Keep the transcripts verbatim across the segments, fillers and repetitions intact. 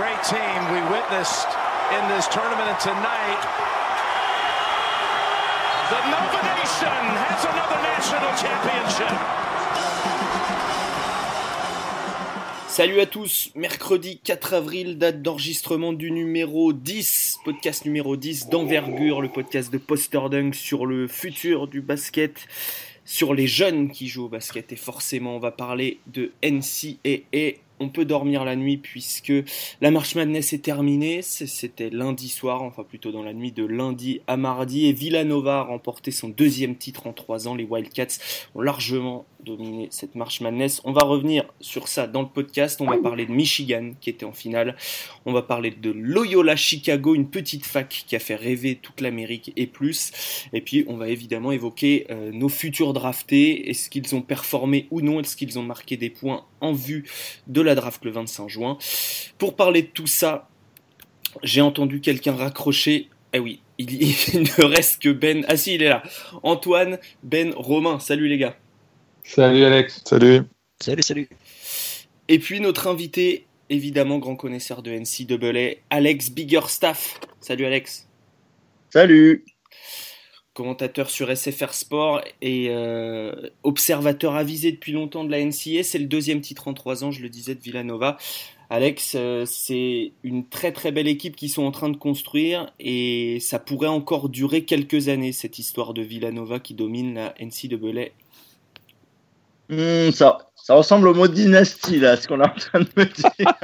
great team we witnessed in this tournament, and tonight the Nova Nation has another national championship. Salut à tous, mercredi quatre avril, date d'enregistrement du numéro dix, podcast numéro dix d'Envergure, le podcast de Posterdunk sur le futur du basket, sur les jeunes qui jouent au basket, et forcément on va parler de N C A A. On peut dormir la nuit puisque la March Madness est terminée, c'était lundi soir, enfin plutôt dans la nuit de lundi à mardi, et Villanova a remporté son deuxième titre en trois ans. Les Wildcats ont largement dominé cette March Madness. On va revenir sur ça dans le podcast, on va parler de Michigan qui était en finale, on va parler de Loyola Chicago, une petite fac qui a fait rêver toute l'Amérique et plus, et puis on va évidemment évoquer euh, nos futurs draftés, est-ce qu'ils ont performé ou non, est-ce qu'ils ont marqué des points en vue de la draft le vingt-cinq juin. Pour parler de tout ça, j'ai entendu quelqu'un raccrocher. Eh oui, il, il ne reste que Ben. Ah si, il est là. Antoine, Ben, Romain. Salut les gars. Salut Alex. Salut. Salut, salut. Et puis notre invité, évidemment grand connaisseur de N C A A, Alex Biggerstaff. Salut Alex. Salut. Commentateur sur S F R Sport et euh, observateur avisé depuis longtemps de la N C A A. C'est le deuxième titre en trois ans, je le disais, de Villanova. Alex, euh, c'est une très très belle équipe qu'ils sont en train de construire et ça pourrait encore durer quelques années, cette histoire de Villanova qui domine la N C A A. Mmh, ça, ça ressemble au mot dynastie, là, ce qu'on est en train de me dire.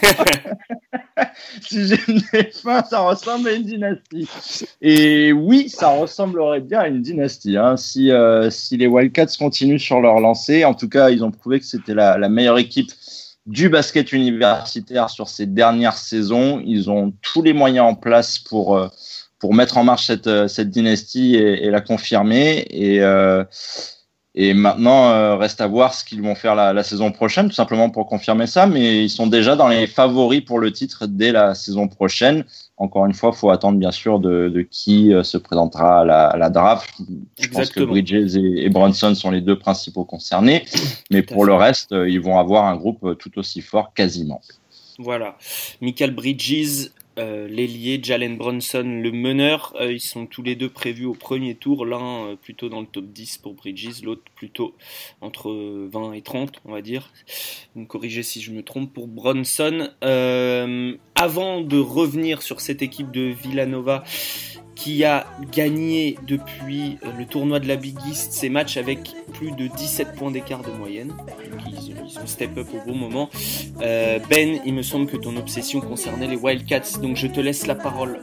Si j'ai une défunt, ça ressemble à une dynastie. Et oui, ça ressemblerait bien à une dynastie. Hein. Si, euh, si les Wildcats continuent sur leur lancée, en tout cas, ils ont prouvé que c'était la, la meilleure équipe du basket universitaire sur ces dernières saisons. Ils ont tous les moyens en place pour, euh, pour mettre en marche cette, cette dynastie et, et la confirmer. Et... Euh, Et maintenant, euh, reste à voir ce qu'ils vont faire la, la saison prochaine, tout simplement pour confirmer ça. Mais ils sont déjà dans les favoris pour le titre dès la saison prochaine. Encore une fois, il faut attendre bien sûr de, de qui euh, se présentera à la, à la draft. Je Exactement. pense que Bridges et, et Brunson sont les deux principaux concernés. Mais pour le reste, euh, ils vont avoir un groupe tout aussi fort quasiment. Voilà. Michael Bridges, euh, l'ailier, Jalen Brunson, le meneur, euh, ils sont tous les deux prévus au premier tour, l'un euh, plutôt dans le top dix pour Bridges, l'autre plutôt entre vingt et trente, on va dire. Vous me corrigez si je me trompe pour Brunson. Euh, avant de revenir sur cette équipe de Villanova qui a gagné depuis le tournoi de la Big East ses matchs avec plus de dix-sept points d'écart de moyenne. Donc ils, ils ont step up au bon moment. Euh, Ben, il me semble que ton obsession concernait les Wildcats, donc je te laisse la parole.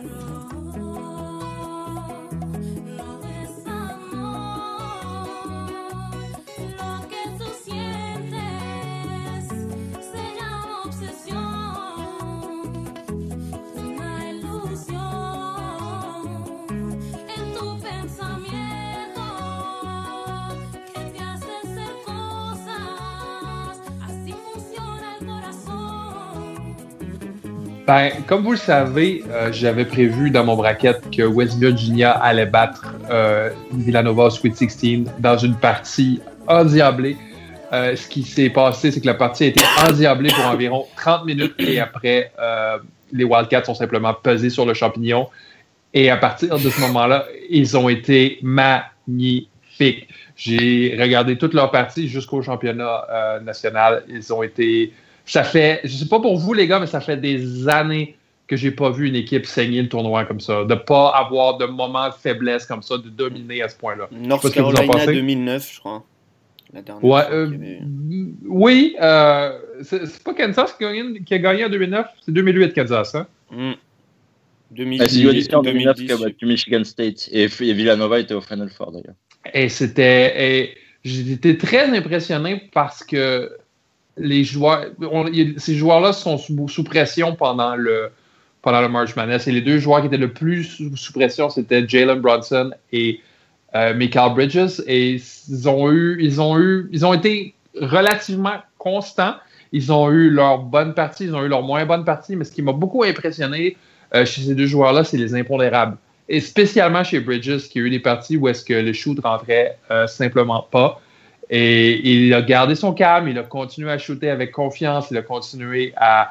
Ben, comme vous le savez, euh, j'avais prévu dans mon bracket que West Virginia allait battre euh, Villanova au Sweet seize dans une partie endiablée. Euh, ce qui s'est passé, c'est que la partie a été endiablée pour environ trente minutes et après, euh, les Wildcats ont simplement pesé sur le champignon. Et à partir de ce moment-là, ils ont été magnifiques. J'ai regardé toute leur partie jusqu'au championnat euh, national. Ils ont été... Ça fait, je sais pas pour vous les gars, mais ça fait des années que j'ai pas vu une équipe saigner le tournoi comme ça, de pas avoir de moments de faiblesse comme ça, de dominer à ce point-là. North Carolina deux mille neuf, je crois. La dernière ouais, fois euh, avait... oui, euh, c'est, c'est pas Kansas qui a, gagné, qui a gagné en deux mille neuf, c'est deux mille huit Kansas, hein? Mm. deux mille dix, ah, c'est en deux mille neuf deux mille dix qui a battu Michigan State et, et Villanova était au Final Four d'ailleurs. Et c'était, et j'étais très impressionné parce que les joueurs, on, ces joueurs-là sont sous, sous pression pendant le, pendant le March Madness. Et les deux joueurs qui étaient le plus sous, sous pression, c'était Jalen Brunson et euh, Mikal Bridges. Et ils ont eu, ils ont eu, ils ont été relativement constants. Ils ont eu leur bonne partie, ils ont eu leur moins bonne partie. Mais ce qui m'a beaucoup impressionné euh, chez ces deux joueurs-là, c'est les impondérables. Et spécialement chez Bridges, qui a eu des parties où est-ce que le shoot rentrait euh, simplement pas. Et il a gardé son calme, il a continué à shooter avec confiance, il a continué à,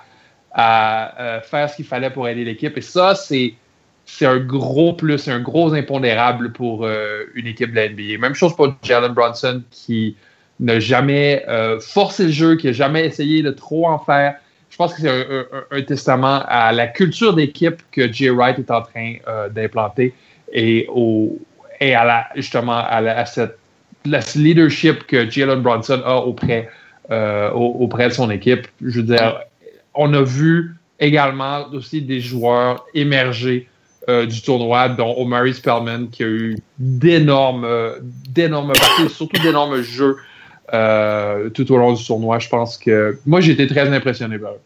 à euh, faire ce qu'il fallait pour aider l'équipe. Et ça, c'est, c'est un gros plus, un gros impondérable pour euh, une équipe de la N B A. Même chose pour Jalen Brunson qui n'a jamais euh, forcé le jeu, qui n'a jamais essayé de trop en faire. Je pense que c'est un, un, un testament à la culture d'équipe que Jay Wright est en train euh, d'implanter et, au, et à la, justement à, la, à cette la leadership que Jalen Brunson a auprès, euh, auprès de son équipe. Je veux dire, on a vu également aussi des joueurs émerger euh, du tournoi, dont Omari Spellman, qui a eu d'énormes, euh, d'énormes parties, surtout d'énormes jeux euh, tout au long du tournoi. Je pense que moi, j'ai été très impressionné par eux.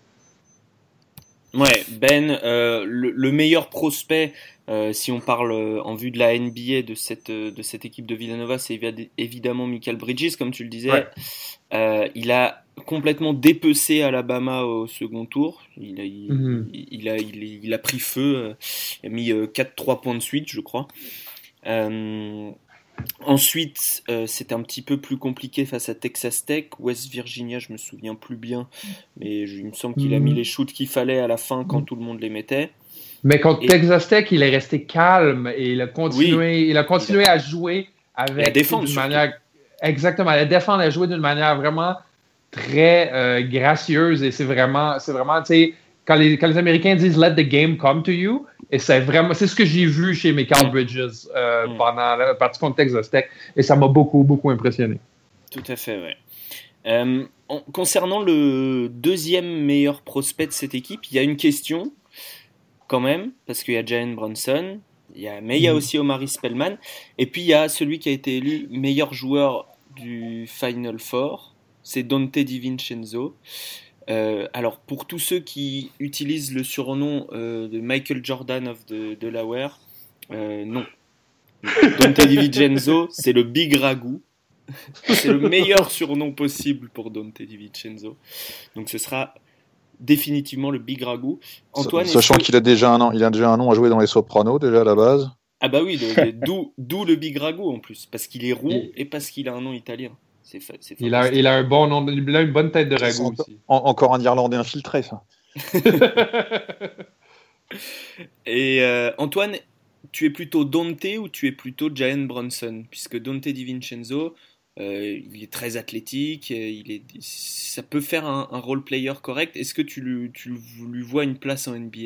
Ouais, Ben, euh, le, le meilleur prospect, euh, si on parle euh, en vue de la N B A de cette, de cette équipe de Villanova, c'est évi- évidemment Mikal Bridges, comme tu le disais. Ouais. Euh, il a complètement dépecé Alabama au second tour. Il a, il, mm-hmm. il, il a, il, il a pris feu. Euh, il a mis euh, quatre trois points de suite, je crois. Euh, Ensuite, euh, c'était un petit peu plus compliqué face à Texas Tech. West Virginia, je me souviens plus bien, mais je, il me semble qu'il mmh. a mis les shoots qu'il fallait à la fin quand mmh. tout le monde les mettait. Mais contre et... Texas Tech, il est resté calme et il a continué, oui. il a continué à jouer avec et à défendre, d'une manière exactement, à défendre, à jouer d'une manière vraiment très euh, gracieuse et c'est vraiment, c'est vraiment, tu sais, quand les, quand les Américains disent "Let the game come to you", et c'est vraiment, c'est ce que j'ai vu chez Mikal Bridges euh, mm. pendant la partie contre Texas Tech, et ça m'a beaucoup, beaucoup impressionné. Tout à fait, ouais. Euh, en, concernant le deuxième meilleur prospect de cette équipe, il y a une question quand même, parce qu'il y a Jalen Brunson, il y a, mais il y a aussi Omari Spellman, et puis il y a celui qui a été élu meilleur joueur du Final Four, c'est Donte DiVincenzo. Euh, alors pour tous ceux qui utilisent le surnom euh, de Michael Jordan of the Delaware, euh, non. Donte DiVincenzo, c'est le Big Ragu. C'est le meilleur surnom possible pour Donte DiVincenzo. Donc ce sera définitivement le Big Ragu. Antoine, sachant que... qu'il a déjà un nom, il a déjà un nom à jouer dans les Sopranos déjà à la base. Ah bah oui, le, le, d'où, d'où le Big Ragu en plus, parce qu'il est roux et, et parce qu'il a un nom italien. C'est fa- c'est il, a, il a un bon nom, il a une bonne tête de ragoût encore, aussi. En, encore un Irlandais infiltré, ça. Et euh, Antoine, tu es plutôt Donte ou tu es plutôt Jalen Brunson? Puisque Donte DiVincenzo, euh, il est très athlétique, il est, ça peut faire un, un role player correct. Est-ce que tu lui, tu lui vois une place en N B A?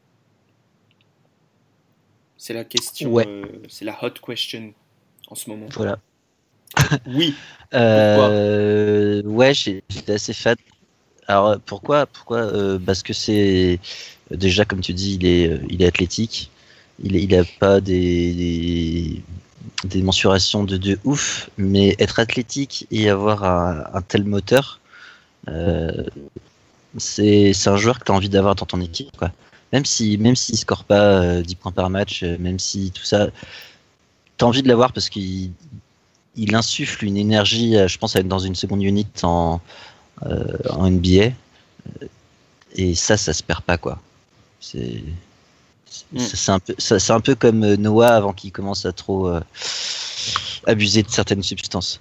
C'est la question, ouais. euh, c'est la hot question en ce moment. Voilà. Oui. Euh, ouais, j'étais assez fan. Alors pourquoi Pourquoi euh, Parce que c'est déjà, comme tu dis, il est, il est athlétique. Il, il a pas des, des, des mensurations de, de ouf, mais être athlétique et avoir un, un tel moteur, euh, c'est, c'est un joueur que tu as envie d'avoir dans ton équipe, quoi. Même si, même s'il score pas euh, dix points par match, euh, même si tout ça, tu as envie de l'avoir parce qu'il il insuffle une énergie, je pense, à être dans une seconde unit en, euh, en N B A. Et ça, ça se perd pas, quoi. C'est, c'est, mm. c'est, un, peu, ça, c'est un peu comme Noah avant qu'il commence à trop euh, abuser de certaines substances.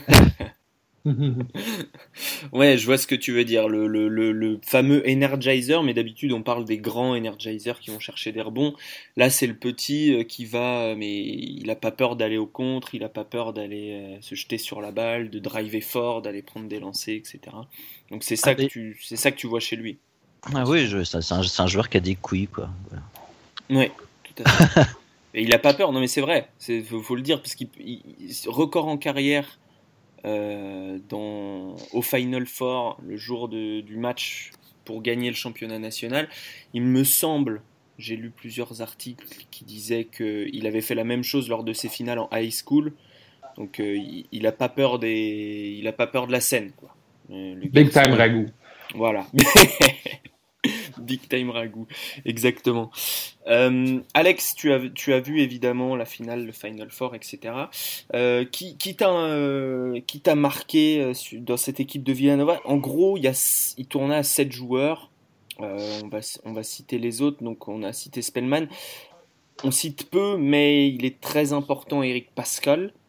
Ouais, je vois ce que tu veux dire, le, le, le, le fameux energizer, mais d'habitude on parle des grands energizers qui vont chercher des rebonds. Là c'est le petit qui va, mais il a pas peur d'aller au contre, il a pas peur d'aller euh, se jeter sur la balle, de driver fort, d'aller prendre des lancers, et cetera. Donc c'est ça, ah, que, tu, c'est ça que tu vois chez lui. Ah oui, je, c'est, un, c'est un joueur qui a des couilles, quoi. Voilà. Ouais, tout à fait. Et il a pas peur, non mais c'est vrai, il faut, faut le dire, parce qu'il il, record en carrière. Euh, dans, au Final Four, le jour de, du match pour gagner le championnat national, il me semble, j'ai lu plusieurs articles qui disaient qu'il avait fait la même chose lors de ses finales en high school, donc euh, il, il a pas peur des, il a pas peur de la scène, quoi. Le Big time ragout. Voilà. Big time ragout, exactement. Euh, Alex, tu as, tu as vu évidemment la finale, le Final Four, et cetera. Euh, qui, qui, t'a, euh, qui t'a marqué euh, dans cette équipe de Villanova? En gros, il, y a, il tournait à sept joueurs. Euh, on, va, on va citer les autres. Donc, on a cité Spellman. On cite peu, mais il est très important, Eric Pascal.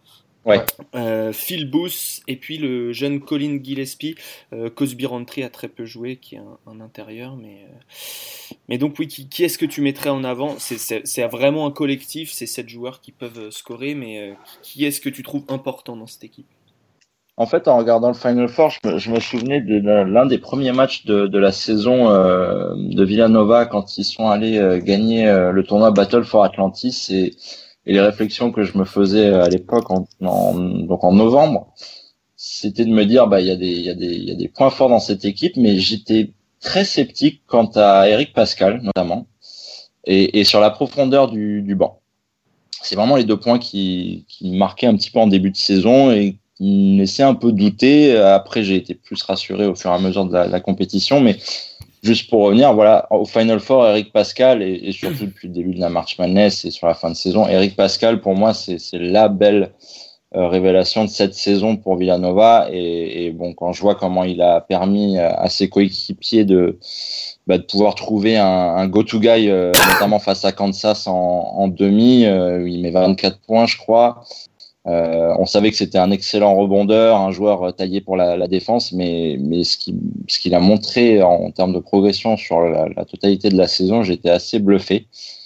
Ouais. Euh, Phil Booth et puis le jeune Colin Gillespie. Euh, Cosby Roundtree a très peu joué, qui est un, un intérieur, mais euh... mais donc oui, qui, qui est-ce que tu mettrais en avant? c'est, c'est, c'est vraiment un collectif, c'est sept joueurs qui peuvent scorer, mais euh, qui est-ce que tu trouves important dans cette équipe? En fait, en regardant le Final Four, je me, je me souvenais de, de l'un des premiers matchs de, de la saison euh, de Villanova quand ils sont allés euh, gagner euh, le tournoi Battle for Atlantis, et Et les réflexions que je me faisais à l'époque, en, en, donc en novembre, c'était de me dire, bah, il y a des, il y a des, il y a des points forts dans cette équipe, mais j'étais très sceptique quant à Eric Pascal, notamment, et, et sur la profondeur du, du banc. C'est vraiment les deux points qui, qui me marquaient un petit peu en début de saison et qui me laissaient un peu douter. Après, j'ai été plus rassuré au fur et à mesure de la, de la compétition, mais juste pour revenir, voilà, au Final Four, Eric Pascal, et, et surtout depuis le début de la March Madness et sur la fin de saison, Eric Pascal, pour moi, c'est, c'est la belle euh, révélation de cette saison pour Villanova. Et, et bon, quand je vois comment il a permis à ses coéquipiers de, bah, de pouvoir trouver un, un go-to-guy, euh, notamment face à Kansas en, en demi, euh, il met vingt-quatre points, je crois. Euh, on savait que c'était un excellent rebondeur, un joueur taillé pour la, la défense, mais, mais ce, qui, ce qu'il a montré en, en termes de progression sur la, la totalité de la saison, j'étais assez bluffé.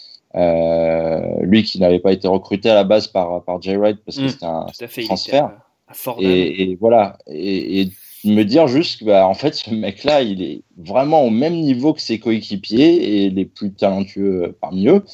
Euh, lui qui n'avait pas été recruté à la base par, par Jay Wright parce que mmh, c'était un fait, transfert. Et, et voilà. Et, et me dire juste que, bah, en fait, ce mec-là, il est vraiment au même niveau que ses coéquipiers et les plus talentueux parmi eux.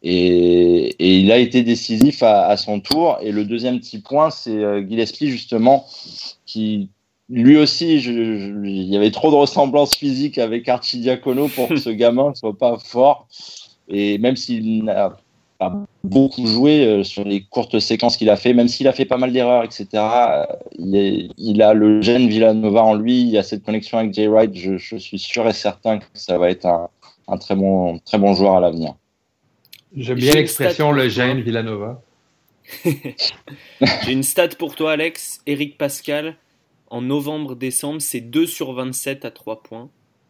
Et, et il a été décisif à, à son tour. Et le deuxième petit point, c'est euh, Gillespie, justement, qui, lui aussi, je, je, il y avait trop de ressemblances physiques avec Arcidiacono pour que ce gamin ne soit pas fort. Et même s'il n'a pas beaucoup joué euh, sur les courtes séquences qu'il a fait, même s'il a fait pas mal d'erreurs, et cetera, euh, il, est, il a le gène Villanova en lui. Il y a cette connexion avec Jay Wright. Je, je suis sûr et certain que ça va être un, un très bon, très bon joueur à l'avenir. J'aime bien l'expression le gène Villanova. J'ai une stat pour toi, Alex. Eric Pascal, en novembre-décembre, c'est deux sur vingt-sept à trois points.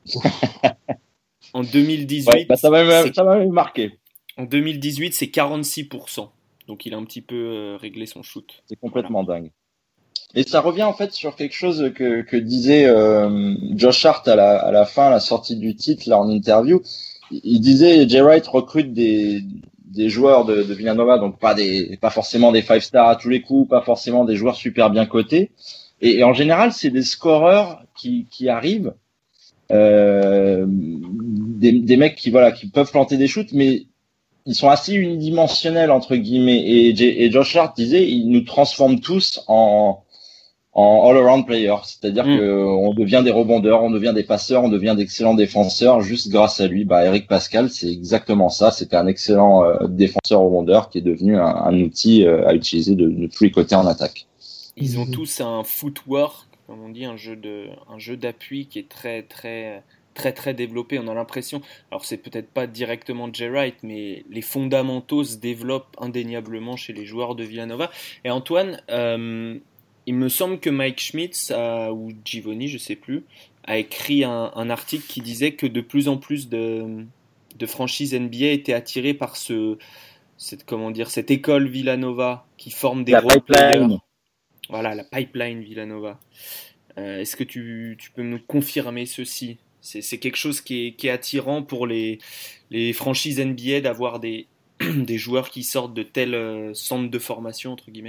En deux mille dix-huit, ouais, bah ça m'a même, ça m'a même marqué. En deux mille dix-huit, c'est quarante-six pour cent. Donc il a un petit peu euh, réglé son shoot. C'est complètement voilà. dingue. Et ça revient en fait sur quelque chose que, que disait euh, Josh Hart à la, à la fin, à la sortie du titre, là en interview. Il disait Jay Wright recrute des, des joueurs de, de Villanova, donc pas des, pas forcément des five stars à tous les coups, pas forcément des joueurs super bien cotés. Et, et en général, c'est des scoreurs qui, qui arrivent, euh, des, des mecs qui voilà, qui peuvent planter des shoots, mais ils sont assez unidimensionnels entre guillemets. Et, et Josh Hart disait, ils nous transforment tous en en all-around player, c'est-à-dire mmh. qu'on devient des rebondeurs, on devient des passeurs, on devient d'excellents défenseurs juste grâce à lui. Bah, Eric Pascal, c'est exactement ça. C'était un excellent euh, défenseur rebondeur qui est devenu un, un outil euh, à utiliser de, de tous les côtés en attaque. Ils ont tous un footwork, comme on dit, un jeu de, un jeu d'appui qui est très, très, très, très développé. On a l'impression, alors c'est peut-être pas directement Jay Wright, mais les fondamentaux se développent indéniablement chez les joueurs de Villanova. Et Antoine, euh, il me semble que Mike Schmitz a, ou Givoni, je sais plus, a écrit un, un article qui disait que de plus en plus de, de franchises N B A étaient attirées par ce, cette, comment dire, cette école Villanova qui forme des role players. Voilà, la pipeline Villanova. Euh, est-ce que tu, tu peux nous confirmer ceci ? c'est, c'est quelque chose qui est, qui est attirant pour les, les franchises N B A d'avoir des, des joueurs qui sortent de tels euh, centres de formation, entre guillemets ?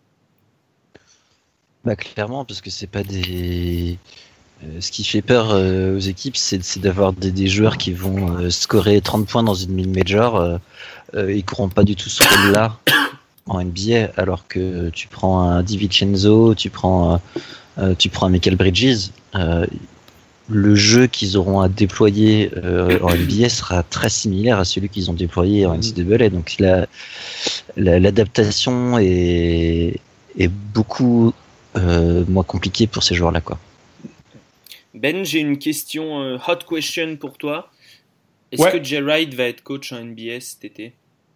Bah clairement, parce que c'est pas des. Euh, ce qui fait peur euh, aux équipes, c'est, c'est d'avoir des, des joueurs qui vont euh, scorer trente points dans une mid-major. Euh, euh, ils courront pas du tout ce rôle-là en N B A, alors que tu prends un DiVincenzo, tu prends, euh, tu prends un Michael Bridges. Euh, le jeu qu'ils auront à déployer euh, en N B A sera très similaire à celui qu'ils ont déployé en N C double A. Donc la, la, l'adaptation est, est beaucoup Euh, moins compliqué pour ces joueurs-là, quoi. Ben, j'ai une question, euh, hot question pour toi. Est-ce ouais. que Jay Wright va être coach en N B A cet été ?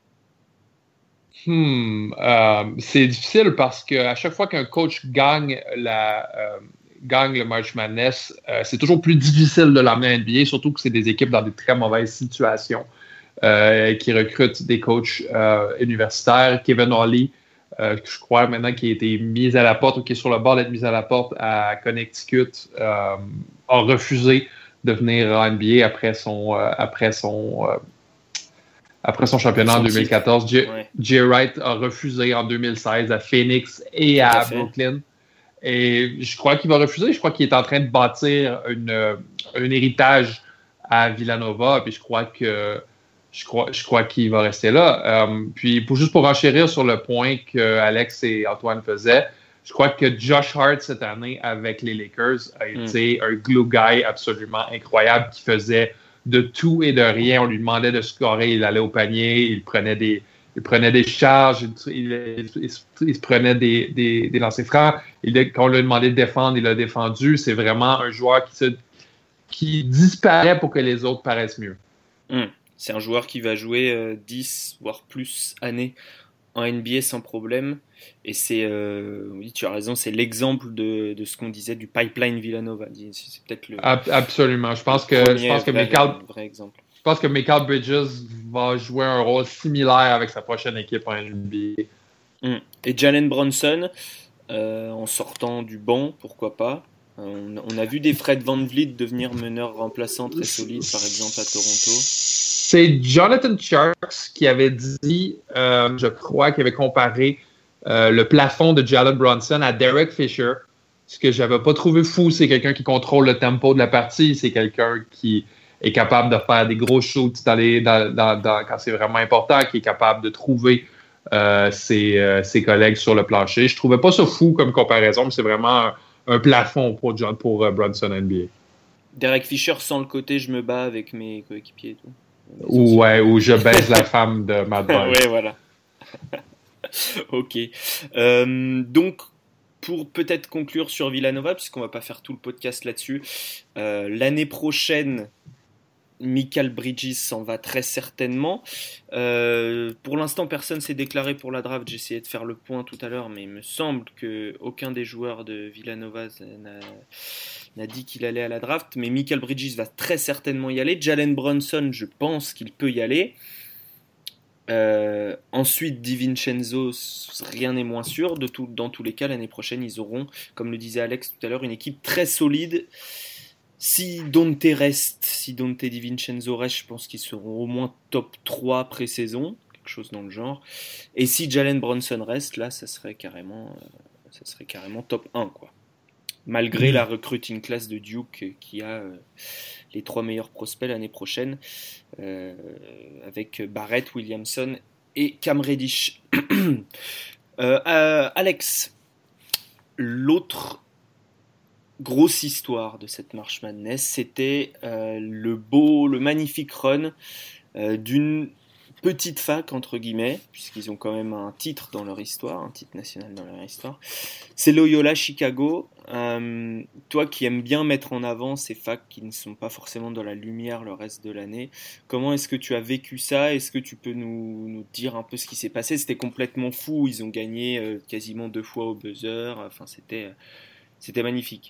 Hmm, euh, c'est difficile parce que à chaque fois qu'un coach gagne la euh, gagne le March Madness, euh, c'est toujours plus difficile de l'amener en N B A, surtout que c'est des équipes dans des très mauvaises situations euh, qui recrutent des coachs euh, universitaires. Kevin Ollie euh, je crois maintenant qui a été mis à la porte ou qui est sur le bord d'être mis à la porte à Connecticut, euh, a refusé de venir en N B A après son, euh, après son, euh, après son championnat en deux mille quatorze. Jay ouais. Wright a refusé en deux mille seize à Phoenix et à, à Brooklyn. Et je crois qu'il va refuser. Je crois qu'il est en train de bâtir une, un héritage à Villanova. Puis je crois que je crois, je crois qu'il va rester là. Euh, puis pour, juste pour enchérir sur le point que Alex et Antoine faisaient, je crois que Josh Hart cette année avec les Lakers a été mm. un glue guy absolument incroyable qui faisait de tout et de rien. On lui demandait de scorer, il allait au panier, il prenait des Il prenait des charges, il, il, il, il prenait des, des, des lancers francs. Il, quand on lui a demandé de défendre, il a défendu. C'est vraiment un joueur qui, se, qui disparaît pour que les autres paraissent mieux. Mmh. C'est un joueur qui va jouer euh, dix, voire plus années en N B A sans problème. Et c'est, euh, oui, tu as raison, c'est l'exemple de, de ce qu'on disait du pipeline Villanova. C'est peut-être le. Absolument. Je pense que, je pense que vrai, Michael... vrai exemple. Je pense que Mikal Bridges va jouer un rôle similaire avec sa prochaine équipe en N B A. Mmh. Et Jalen Brunson, euh, en sortant du banc, pourquoi pas. On, on a vu des Fred VanVleet devenir meneur remplaçant très solide, par exemple, à Toronto. C'est Jonathan Tjarks qui avait dit, euh, je crois, qu'il avait comparé euh, le plafond de Jalen Brunson à Derek Fisher. Ce que j'avais pas trouvé fou, c'est quelqu'un qui contrôle le tempo de la partie. C'est quelqu'un qui est capable de faire des gros shoots dans les, dans, dans, dans, quand c'est vraiment important, qui est capable de trouver euh, ses, euh, ses collègues sur le plancher. Je trouvais pas ça fou comme comparaison, mais c'est vraiment un, un plafond pour, John, pour uh, Brunson N B A. Derek Fisher sans le côté je me bats avec mes coéquipiers et tout. Ou, ouais, ou je baise la femme de Matt Barnes. Ouais, voilà. Ok. Euh, donc, pour peut-être conclure sur Villanova, puisqu'on va pas faire tout le podcast là-dessus, euh, l'année prochaine, Mikal Bridges s'en va très certainement. Euh, pour l'instant, personne s'est déclaré pour la draft. J'ai essayé de faire le point tout à l'heure, mais il me semble qu'aucun des joueurs de Villanova n'a, n'a dit qu'il allait à la draft. Mais Mikal Bridges va très certainement y aller. Jalen Brunson, je pense qu'il peut y aller. Euh, ensuite, DiVincenzo, rien n'est moins sûr. De tout, dans tous les cas, l'année prochaine, ils auront, comme le disait Alex tout à l'heure, une équipe très solide. Si Dante reste, si Dante DiVincenzo reste, je pense qu'ils seront au moins top trois pré-saison, quelque chose dans le genre. Et si Jalen Brunson reste, là, ça serait carrément, euh, ça serait carrément top un, quoi. Malgré mmh. la recruiting class de Duke qui a euh, les trois meilleurs prospects l'année prochaine, euh, avec Barrett, Williamson et Cam Reddish. euh, euh, Alex, l'autre grosse histoire de cette March Madness, c'était euh, le beau, le magnifique run euh, d'une petite fac, entre guillemets, puisqu'ils ont quand même un titre dans leur histoire, un titre national dans leur histoire. C'est Loyola Chicago. Euh, toi qui aimes bien mettre en avant ces facs qui ne sont pas forcément dans la lumière le reste de l'année, comment est-ce que tu as vécu ça ? Est-ce que tu peux nous, nous dire un peu ce qui s'est passé ? C'était complètement fou, ils ont gagné euh, quasiment deux fois au buzzer, enfin c'était, c'était magnifique.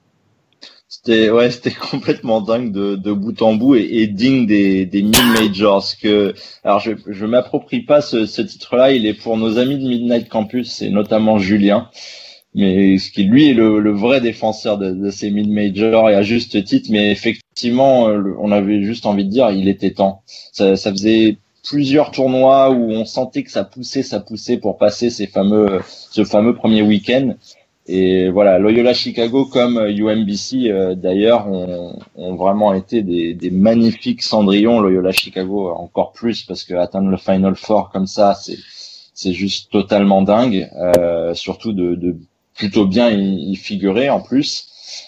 C'était ouais, c'était complètement dingue de, de bout en bout et, et digne des, des mid-majors. Que alors je je m'approprie pas ce, ce titre-là, il est pour nos amis de Midnight Campus et notamment Julien, mais ce qui lui est le, le vrai défenseur de, de ces mid-majors et à juste titre. Mais effectivement, on avait juste envie de dire, il était temps. Ça, ça faisait plusieurs tournois où on sentait que ça poussait, ça poussait pour passer ces fameux ce fameux premier week-end. Et voilà, Loyola Chicago comme U M B C euh, d'ailleurs ont, ont vraiment été des, des magnifiques cendrillons. Loyola Chicago encore plus parce que atteindre le Final Four comme ça, c'est c'est juste totalement dingue. Euh, surtout de, de plutôt bien y, y figurer en plus.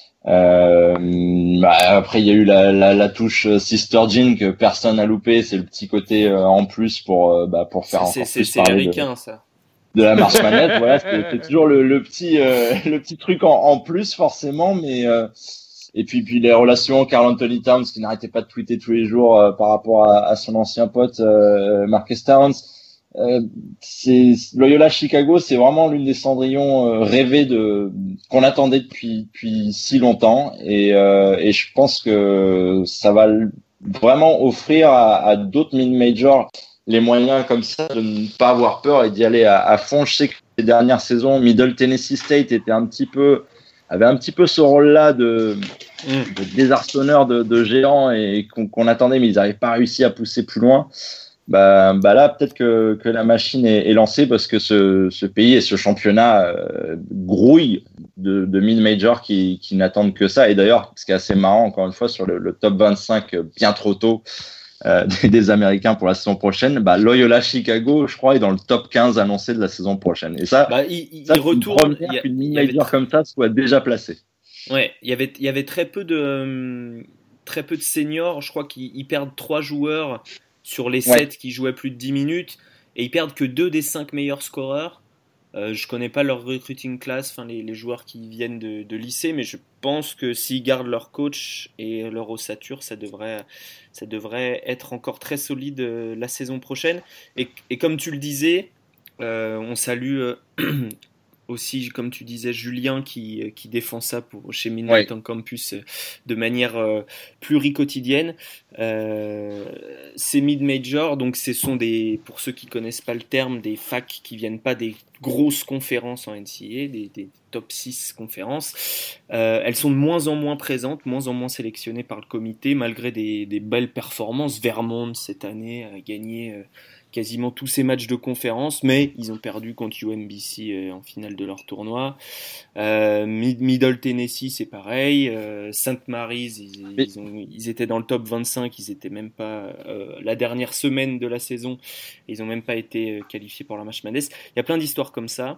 Euh, bah après il y a eu la, la, la touche Sister Jean que personne n'a loupé. C'est le petit côté euh, en plus pour euh, bah pour faire c'est, encore c'est, plus c'est parler américain de... ça. de la March Madness. Voilà, c'est, c'est toujours le, le petit euh, le petit truc en, en plus forcément, mais euh, et puis puis les relations Karl Anthony Towns qui n'arrêtait pas de tweeter tous les jours euh, par rapport à, à son ancien pote euh, Marcus Towns. Euh, c'est Loyola Chicago, c'est vraiment l'une des cendrillons euh, rêvées de qu'on attendait depuis depuis si longtemps et euh, et je pense que ça va vraiment offrir à, à d'autres mid-majors les moyens comme ça de ne pas avoir peur et d'y aller à, à fond. Je sais que les dernières saisons, Middle Tennessee State était un petit peu, avait un petit peu ce rôle-là de, mm. de désarçonneur de, de géants et qu'on, qu'on attendait, mais ils n'avaient pas réussi à pousser plus loin. Bah, bah là, peut-être que, que la machine est, est lancée parce que ce, ce pays et ce championnat euh, grouille de, de mid-majors qui, qui n'attendent que ça. Et d'ailleurs, ce qui est assez marrant, encore une fois, sur le, le top vingt-cinq bien trop tôt euh, des, des Américains pour la saison prochaine, bah, Loyola Chicago, je crois, est dans le top quinze annoncé de la saison prochaine. Et ça, bah, il, il, ça il retourne. Il y a, qu'une mid-major comme ça soit déjà placée. Ouais, il y avait, il y avait très peu de, euh, très peu de seniors. Je crois qu'ils ils perdent trois joueurs sur les sept ouais. qui jouaient plus de dix minutes, et ils perdent que deux des cinq meilleurs scoreurs. Euh, je connais pas leur recruiting class, enfin les, les joueurs qui viennent de, de lycée, mais je pense que s'ils gardent leur coach et leur ossature, ça devrait, ça devrait être encore très solide euh, la saison prochaine. Et, et comme tu le disais, euh, on salue euh, aussi, comme tu disais, Julien qui, qui défend ça pour, chez Midnight ouais. on Campus euh, de manière euh, pluricotidien. Euh, ces mid-majors, donc ce sont des, pour ceux qui connaissent pas le terme, des facs qui viennent pas des grosses conférences en N C A A, des, des top six conférences. Euh, elles sont de moins en moins présentes, moins en moins sélectionnées par le comité, malgré des, des belles performances. Vermont cette année a gagné euh, quasiment tous ces matchs de conférence, mais ils ont perdu contre U M B C euh, en finale de leur tournoi. Euh, Middle Tennessee, c'est pareil. Euh, Saint Mary's, ils, mais... ils, ont, ils étaient dans le top vingt-cinq, ils étaient même pas euh, la dernière semaine de la saison, ils ont même pas été euh, qualifiés pour la March Madness. Il y a plein d'histoires comme ça.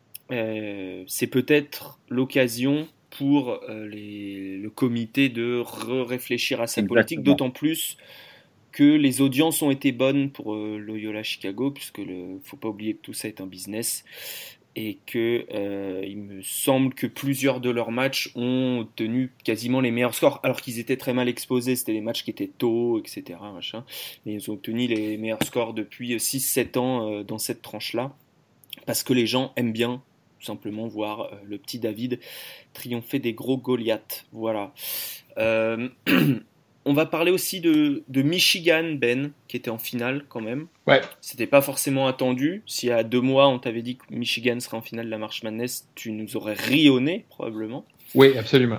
Euh, c'est peut-être l'occasion pour euh, les, le comité de réfléchir à sa Exactement. politique, d'autant plus que les audiences ont été bonnes pour euh, Loyola Chicago, puisque le faut pas oublier que tout ça est un business, et que euh, il me semble que plusieurs de leurs matchs ont obtenu quasiment les meilleurs scores, alors qu'ils étaient très mal exposés, c'était des matchs qui étaient tôt, et cetera. Machin. Mais ils ont obtenu les meilleurs scores depuis six sept ans euh, dans cette tranche-là, parce que les gens aiment bien tout simplement voir euh, le petit David triompher des gros Goliaths. Voilà. Euh, On va parler aussi de, de Michigan, Ben, qui était en finale quand même. Ouais. C'était pas forcément attendu. Si à deux mois, on t'avait dit que Michigan serait en finale de la March Madness, tu nous aurais rionné, probablement. Oui, absolument.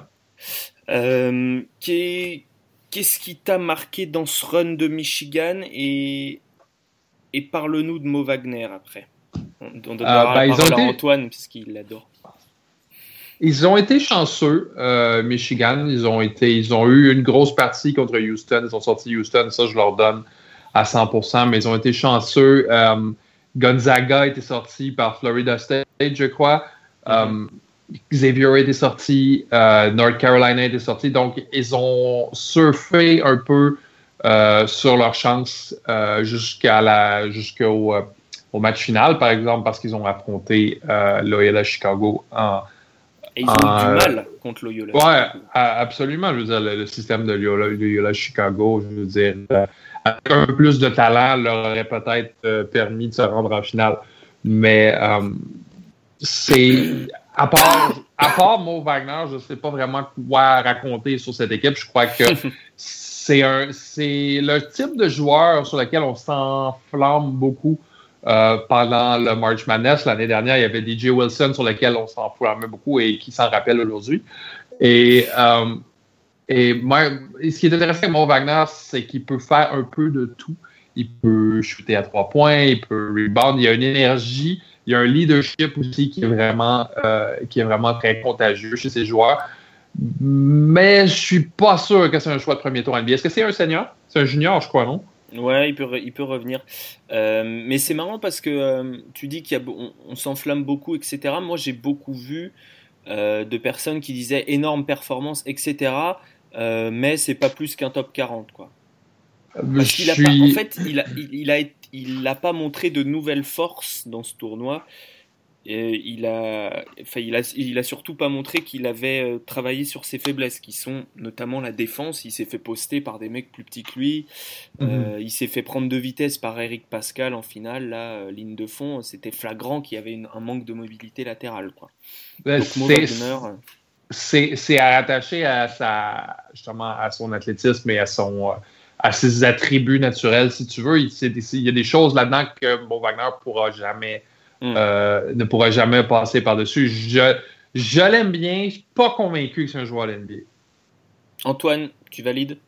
Euh, qu'est, qu'est-ce qui t'a marqué dans ce run de Michigan et, et parle-nous de Mo Wagner après. On, on donnera euh, bah, la parole à été... Antoine, puisqu'il l'adore. Ils ont été chanceux, euh, Michigan. Ils ont été, ils ont eu une grosse partie contre Houston. Ils ont sorti Houston, ça je leur donne à cent pour cent, mais ils ont été chanceux. Um, Gonzaga a été sorti par Florida State, je crois. Um, Xavier a été sorti, uh, North Carolina a été sorti. Donc, ils ont surfé un peu uh, sur leur chance uh, jusqu'à la, jusqu'au uh, au match final, par exemple, parce qu'ils ont affronté uh, Loyola Chicago en Et ils ont euh, eu du mal contre Loyola. Ouais, absolument. Je veux dire, le, le système de Loyola, Loyola Chicago, je veux dire, euh, avec un peu plus de talent, leur aurait peut-être euh, permis de se rendre en finale. Mais euh, c'est. À part, à part Mo Wagner, je ne sais pas vraiment quoi raconter sur cette équipe. Je crois que c'est, un, c'est le type de joueur sur lequel on s'enflamme beaucoup. Euh, pendant le March Madness, l'année dernière, il y avait D J Wilson sur lequel on s'enflammait beaucoup et qui s'en rappelle aujourd'hui. Et, euh, et, moi, et ce qui est intéressant avec Mo Wagner, c'est qu'il peut faire un peu de tout. Il peut shooter à trois points, il peut rebound, il y a une énergie, il y a un leadership aussi qui est vraiment, euh, qui est vraiment très contagieux chez ces joueurs. Mais je suis pas sûr que c'est un choix de premier tour en N B A. Est-ce que c'est un senior? C'est un junior, je crois, non? Ouais, il peut, il peut revenir. Euh, mais c'est marrant parce que euh, tu dis qu'on on s'enflamme beaucoup, et cetera. Moi, j'ai beaucoup vu euh, de personnes qui disaient énorme performance, et cetera. Euh, mais c'est pas plus qu'un top quarante, quoi. Parce qu'il a suis... pas, en fait, il a, il, il a, il a pas montré de nouvelles forces dans ce tournoi. Et il a, enfin, il a, il a surtout pas montré qu'il avait travaillé sur ses faiblesses, qui sont notamment la défense. Il s'est fait poster par des mecs plus petits que lui. Mm-hmm. Euh, il s'est fait prendre de vitesse par Eric Pascal en finale. Là, ligne de fond, c'était flagrant qu'il y avait une, un manque de mobilité latérale, quoi. Ben, Donc, Mo Wagner, c'est, c'est à rattacher à sa, justement, à son athlétisme et à son, à ses attributs naturels, si tu veux. Il, c'est, il y a des choses là-dedans que Mo Wagner pourra jamais, mm. euh, ne pourra jamais passer par-dessus. Je, je l'aime bien, je suis pas convaincu que c'est un joueur à l'N B A. Antoine, tu valides?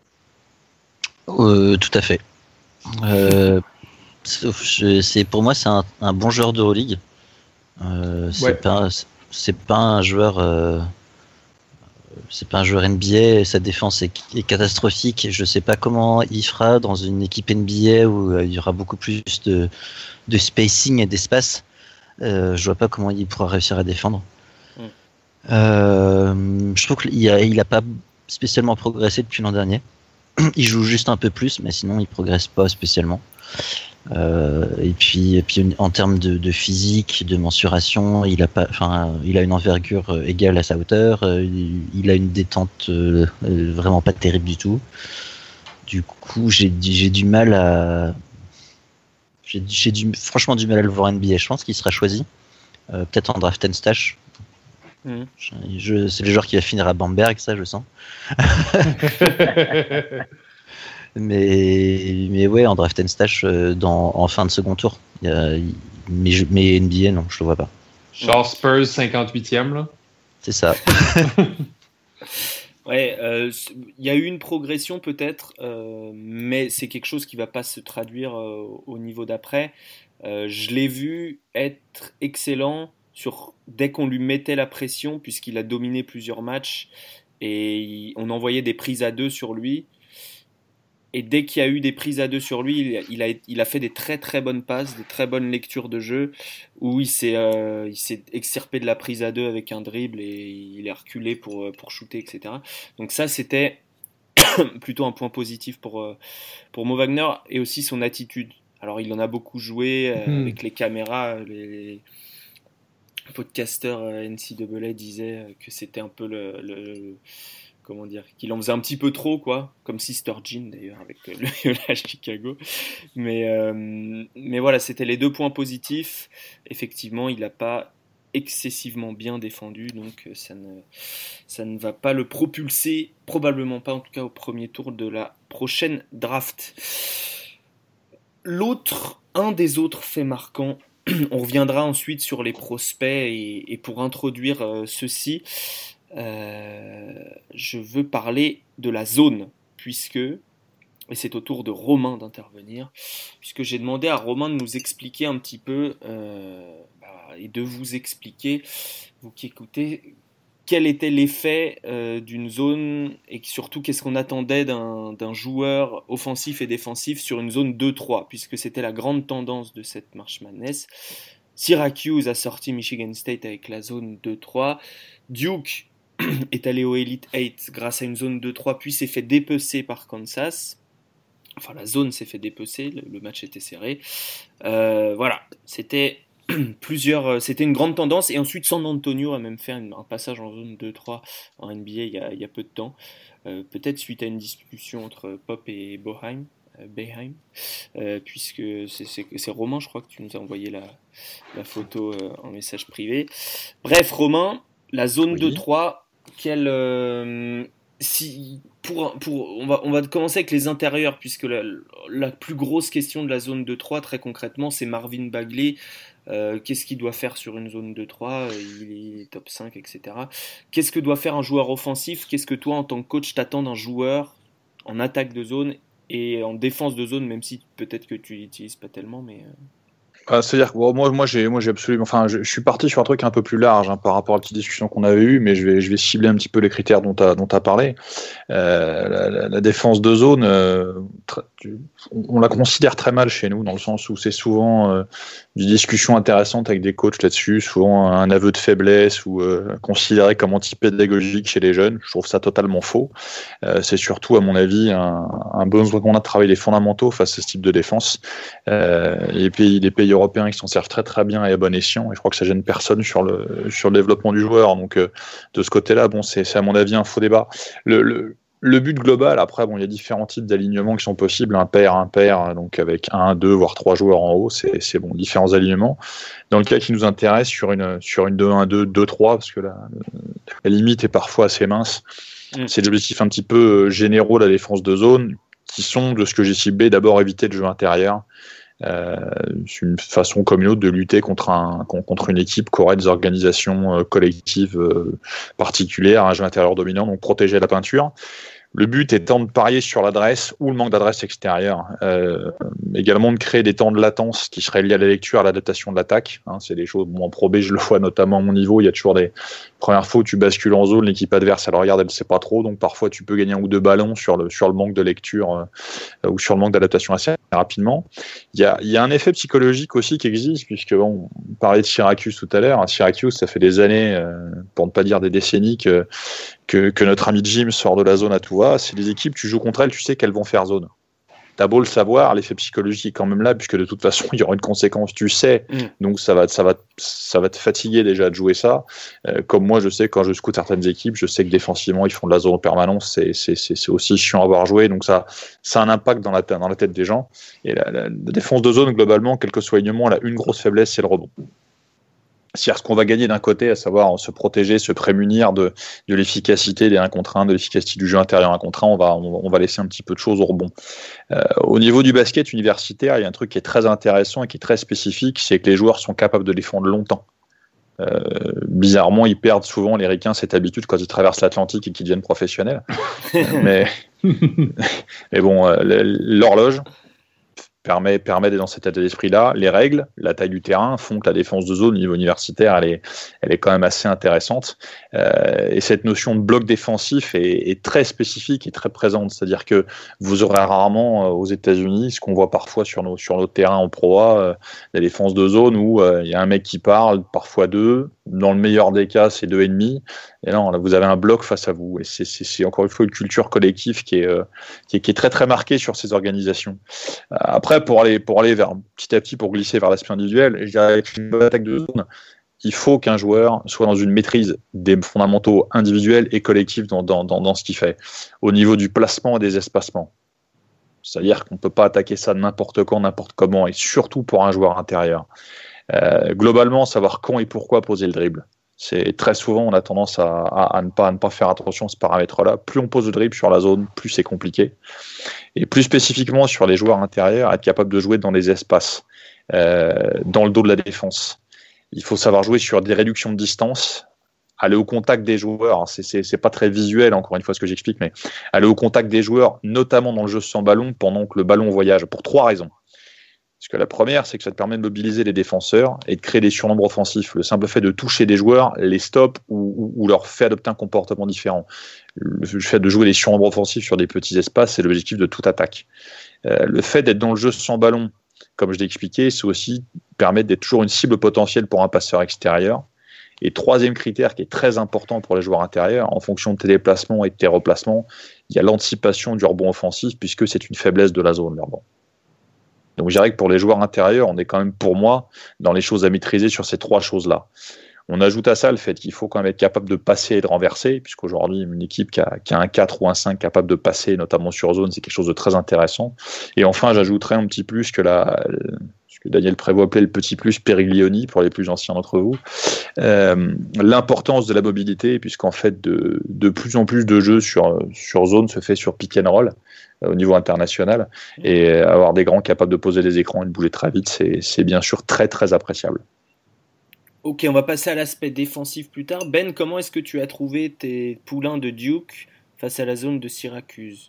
euh, Tout à fait. Euh, c'est, c'est, pour moi, c'est un, un bon joueur d'Euroleague. Euh, c'est, ouais. pas, c'est pas un joueur... Euh, c'est pas un joueur N B A, sa défense est, est catastrophique. Je sais pas comment il fera dans une équipe N B A où euh, il y aura beaucoup plus de, de spacing et d'espace. Euh, je vois pas comment il pourra réussir à défendre. Mm. Euh, je trouve qu'il a, il a pas spécialement progressé depuis l'an dernier. Il joue juste un peu plus, mais sinon il progresse pas spécialement. Euh, et puis, et puis en termes de, de physique, de mensuration, il a pas, enfin, il a une envergure égale à sa hauteur. Il, il a une détente euh, vraiment pas terrible du tout. Du coup, j'ai, j'ai du mal à, j'ai, j'ai du, franchement du mal à le voir N B A. Je pense qu'il sera choisi, euh, peut-être en draft and stash. Mmh. Je, je, c'est le joueur qui va finir à Bamberg, ça, je sens. Mais, mais ouais, en draft and stash euh, dans, en fin de second tour. Il y a, il, mais, je, mais N B A, non, je le vois pas. Genre Spurs cinquante-huitième, là. C'est ça. Ouais, il euh, y a eu une progression peut-être, euh, mais c'est quelque chose qui va pas se traduire euh, au niveau d'après. Euh, je l'ai vu être excellent sur, dès qu'on lui mettait la pression, puisqu'il a dominé plusieurs matchs et il, on envoyait des prises à deux sur lui. Et dès qu'il y a eu des prises à deux sur lui, il, il, a, il a fait des très très bonnes passes, des très bonnes lectures de jeu, où il s'est, euh, il s'est extirpé de la prise à deux avec un dribble et il est reculé pour, pour shooter, et cetera. Donc ça, c'était plutôt un point positif pour, pour Mo Wagner, et aussi son attitude. Alors il en a beaucoup joué euh, mmh. avec les caméras, les, les podcasteurs N C A A disaient que c'était un peu le... le comment dire, qu'il en faisait un petit peu trop, quoi, comme Sister Jean d'ailleurs avec le violage Chicago, mais, euh, mais voilà, c'était les deux points positifs. Effectivement, il n'a pas excessivement bien défendu, donc ça ne, ça ne va pas le propulser, probablement pas en tout cas au premier tour de la prochaine draft. L'autre, un des autres faits marquants, on reviendra ensuite sur les prospects et, et pour introduire euh, ceci, Euh, je veux parler de la zone, puisque, et c'est au tour de Romain d'intervenir, puisque j'ai demandé à Romain de nous expliquer un petit peu, euh, bah, et de vous expliquer, vous qui écoutez, quel était l'effet euh, d'une zone, et surtout qu'est-ce qu'on attendait d'un, d'un joueur offensif et défensif sur une zone deux trois, puisque c'était la grande tendance de cette March Madness. Syracuse a sorti Michigan State avec la zone deux trois, Duke est allé au Elite huit grâce à une zone deux trois, puis s'est fait dépecer par Kansas. Enfin, la zone s'est fait dépecer, le, le match était serré. Euh, voilà, c'était plusieurs, c'était une grande tendance. Et ensuite, San Antonio a même fait un, un passage en zone deux trois en N B A il y a, il y a peu de temps. Euh, peut-être suite à une discussion entre Pop et Boeheim. Euh, Boeheim, euh, puisque c'est, c'est, c'est Romain, je crois que tu nous as envoyé la, la photo euh, en message privé. Bref, Romain, la zone oui. deux trois, quelle, euh, si, pour, pour, on, va, on va commencer avec les intérieurs, puisque la, la plus grosse question de la zone deux trois, très concrètement, c'est Marvin Bagley. Euh, qu'est-ce qu'il doit faire sur une zone deux trois? Il est top cinq, et cetera. Qu'est-ce que doit faire un joueur offensif? Qu'est-ce que toi, en tant que coach, t'attends d'un joueur en attaque de zone et en défense de zone, même si peut-être que tu l'utilises pas tellement, mais... Euh... Ah, c'est-à-dire que bon, moi, moi, j'ai, moi, j'ai absolument, enfin, je, je suis parti sur un truc un peu plus large hein, par rapport à la petite discussion qu'on avait eue, mais je vais, je vais cibler un petit peu les critères dont tu as, dont tu as parlé. Euh, la, la, la défense de zone, euh, très, tu, on, on la considère très mal chez nous, dans le sens où c'est souvent euh, des discussions intéressantes avec des coachs là-dessus, souvent un aveu de faiblesse ou euh, considéré comme anti-pédagogique chez les jeunes. Je trouve ça totalement faux. Euh, c'est surtout, à mon avis, un, un besoin qu'on a de travailler les fondamentaux face à ce type de défense. Euh, et puis, les pays européens qui s'en servent très très bien et à bon escient, et je crois que ça gêne personne sur le sur le développement du joueur. Donc euh, de ce côté-là, bon, c'est, c'est à mon avis un faux débat. Le, le Le but global, après, bon, il y a différents types d'alignements qui sont possibles, un pair, un pair, donc avec un, deux, voire trois joueurs en haut, c'est, c'est bon, différents alignements. Dans le cas qui nous intéresse, sur une, sur une deux un deux, deux trois, parce que la, la limite est parfois assez mince, mmh. c'est l'objectif un petit peu généraux de la défense de zone, qui sont, de ce que j'ai ciblé, d'abord éviter le jeu intérieur. Euh, c'est une façon comme une autre de lutter contre, un, contre une équipe qui aurait des organisations euh, collectives euh, particulières, un jeu intérieur dominant, donc protéger la peinture. Le but étant de parier sur l'adresse ou le manque d'adresse extérieure. Euh, également de créer des temps de latence qui seraient liés à la lecture, à l'adaptation de l'attaque. Hein, c'est des choses, bon, en Pro B, je le vois notamment à mon niveau, il y a toujours des premières fois où tu bascules en zone, l'équipe adverse, elle regarde, elle ne sait pas trop, donc parfois tu peux gagner un ou deux ballons sur le, sur le manque de lecture euh, ou sur le manque d'adaptation assez rapidement. Il y a, il y a un effet psychologique aussi qui existe, puisque bon, on parlait de Syracuse tout à l'heure. Syracuse, ça fait des années, euh, pour ne pas dire des décennies, que Que, que notre ami Jim sort de la zone à tout va. C'est des équipes, tu joues contre elles, tu sais qu'elles vont faire zone. T'as beau le savoir, l'effet psychologique est quand même là, puisque de toute façon, il y aura une conséquence, tu sais. Mm. Donc, ça va, ça, va, ça va te fatiguer déjà de jouer ça. Euh, comme moi, je sais, quand je scoute certaines équipes, je sais que défensivement, ils font de la zone en permanence. C'est, c'est, c'est, c'est aussi chiant à avoir joué. Donc, ça, ça a un impact dans la, dans la tête des gens. Et la, la, la défense de zone, globalement, quel que soit l'alignement, elle a une grosse faiblesse, c'est le rebond. C'est-à-dire ce qu'on va gagner d'un côté, à savoir se protéger, se prémunir de, de l'efficacité des un contre un, de l'efficacité du jeu intérieur un contre un, on va, on, on va laisser un petit peu de choses au rebond. Euh, au niveau du basket universitaire, il y a un truc qui est très intéressant et qui est très spécifique, c'est que les joueurs sont capables de défendre longtemps. Euh, bizarrement, ils perdent souvent, les Ricains, cette habitude quand ils traversent l'Atlantique et qu'ils deviennent professionnels. mais, mais bon, euh, l'horloge permet, permet d'être dans cet état d'esprit-là. Les règles, la taille du terrain font que la défense de zone au niveau universitaire, elle est, elle est quand même assez intéressante. Euh, et cette notion de bloc défensif est, est très spécifique et très présente. C'est-à-dire que vous aurez rarement euh, aux États-Unis ce qu'on voit parfois sur nos, sur nos terrains en Pro A, euh, la défense de zone où il euh, y a un mec qui parle, parfois deux. Dans le meilleur des cas, c'est deux et demi. Et non, là, vous avez un bloc face à vous. Et c'est, c'est, c'est encore une fois une culture collective qui est, euh, qui est, qui est très très marquée sur ces organisations. Euh, après, pour aller, pour aller vers petit à petit, pour glisser vers l'aspect individuel, je dirais avec une bonne attaque de zone, il faut qu'un joueur soit dans une maîtrise des fondamentaux individuels et collectifs dans, dans, dans, dans ce qu'il fait, au niveau du placement et des espacements. C'est-à-dire qu'on ne peut pas attaquer ça n'importe quand, n'importe comment, et surtout pour un joueur intérieur. Euh, globalement, savoir quand et pourquoi poser le dribble. C'est très souvent, on a tendance à, à, à, ne pas, à ne pas faire attention à ce paramètre-là. Plus on pose le dribble sur la zone, plus c'est compliqué. Et plus spécifiquement sur les joueurs intérieurs, être capable de jouer dans les espaces, euh, dans le dos de la défense. Il faut savoir jouer sur des réductions de distance, aller au contact des joueurs. C'est, c'est, c'est pas très visuel, encore une fois, ce que j'explique, mais aller au contact des joueurs, notamment dans le jeu sans ballon, pendant que le ballon voyage, pour trois raisons. Parce que la première, c'est que ça te permet de mobiliser les défenseurs et de créer des surnombres offensifs. Le simple fait de toucher des joueurs les stoppe ou, ou, ou leur fait adopter un comportement différent. Le fait de jouer des surnombres offensifs sur des petits espaces, c'est l'objectif de toute attaque. Euh, le fait d'être dans le jeu sans ballon, comme je l'ai expliqué, c'est aussi permettre d'être toujours une cible potentielle pour un passeur extérieur. Et troisième critère qui est très important pour les joueurs intérieurs, en fonction de tes déplacements et de tes replacements, il y a l'anticipation du rebond offensif, puisque c'est une faiblesse de la zone, le rebond. Donc je dirais que pour les joueurs intérieurs, on est quand même, pour moi, dans les choses à maîtriser sur ces trois choses-là. On ajoute à ça le fait qu'il faut quand même être capable de passer et de renverser, puisqu'aujourd'hui, une équipe qui a, qui a un quatre ou un cinq capable de passer, notamment sur zone, c'est quelque chose de très intéressant. Et enfin, j'ajouterais un petit plus que la... ce que Daniel Prévost appelait le petit plus Périglioni pour les plus anciens d'entre vous, euh, l'importance de la mobilité, puisqu'en fait, de, de plus en plus de jeux sur, sur zone se fait sur pick and roll euh, au niveau international, et avoir des grands capables de poser des écrans et de bouger très vite, c'est, c'est bien sûr très très appréciable. Ok, on va passer à l'aspect défensif plus tard. Ben, comment est-ce que tu as trouvé tes poulains de Duke face à la zone de Syracuse?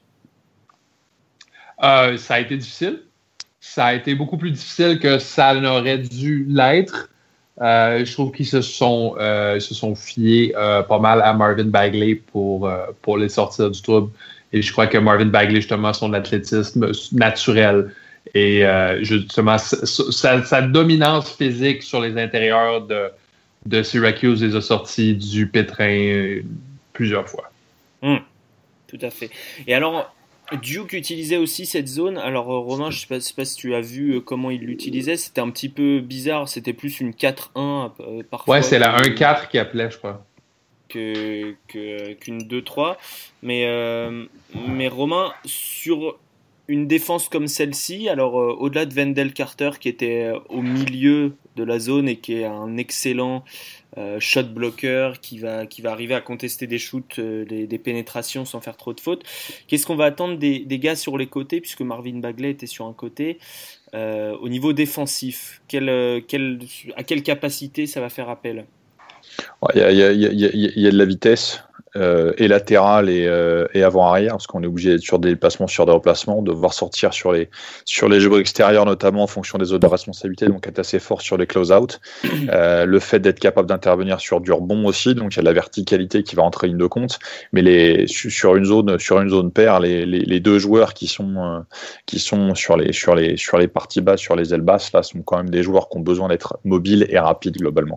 Euh, ça a été difficile. Ça a été beaucoup plus difficile que ça n'aurait dû l'être. Euh, je trouve qu'ils se sont, euh, se sont fiés euh, pas mal à Marvin Bagley pour, euh, pour les sortir du trouble. Et je crois que Marvin Bagley, justement, son athlétisme naturel et euh, justement sa, sa dominance physique sur les intérieurs de, de Syracuse les a sortis du pétrin euh, plusieurs fois. Mmh, tout à fait. Et alors, Duke utilisait aussi cette zone. Alors Romain, je ne sais, sais pas si tu as vu comment il l'utilisait. C'était un petit peu bizarre. C'était plus une quatre un euh, parfois. Ouais, c'est la un quatre qui appelait, je crois. Que, que, qu'une deux trois. Mais, euh, mais Romain, sur une défense comme celle-ci, alors euh, au-delà de Wendell Carter qui était euh, au milieu de la zone et qui est un excellent euh, shot blocker qui va, qui va arriver à contester des shoots, euh, des, des pénétrations sans faire trop de fautes, qu'est-ce qu'on va attendre des, des gars sur les côtés, puisque Marvin Bagley était sur un côté, euh, au niveau défensif, quelle, quelle, à quelle capacité ça va faire appel? Il y, y, y, y, y a de la vitesse. Euh, et latéral et, euh, et avant-arrière, parce qu'on est obligé d'être sur des déplacements, sur des replacements, de devoir sortir sur les, sur les jeux extérieurs, notamment en fonction des zones de responsabilité, donc être assez fort sur les close-out. Euh, le fait d'être capable d'intervenir sur du rebond aussi, donc il y a de la verticalité qui va entrer en ligne de compte, mais les, sur une zone, sur une zone paire, les, les, les deux joueurs qui sont, euh, qui sont sur les, sur les, sur les parties basses, sur les ailes basses, là, sont quand même des joueurs qui ont besoin d'être mobiles et rapides globalement.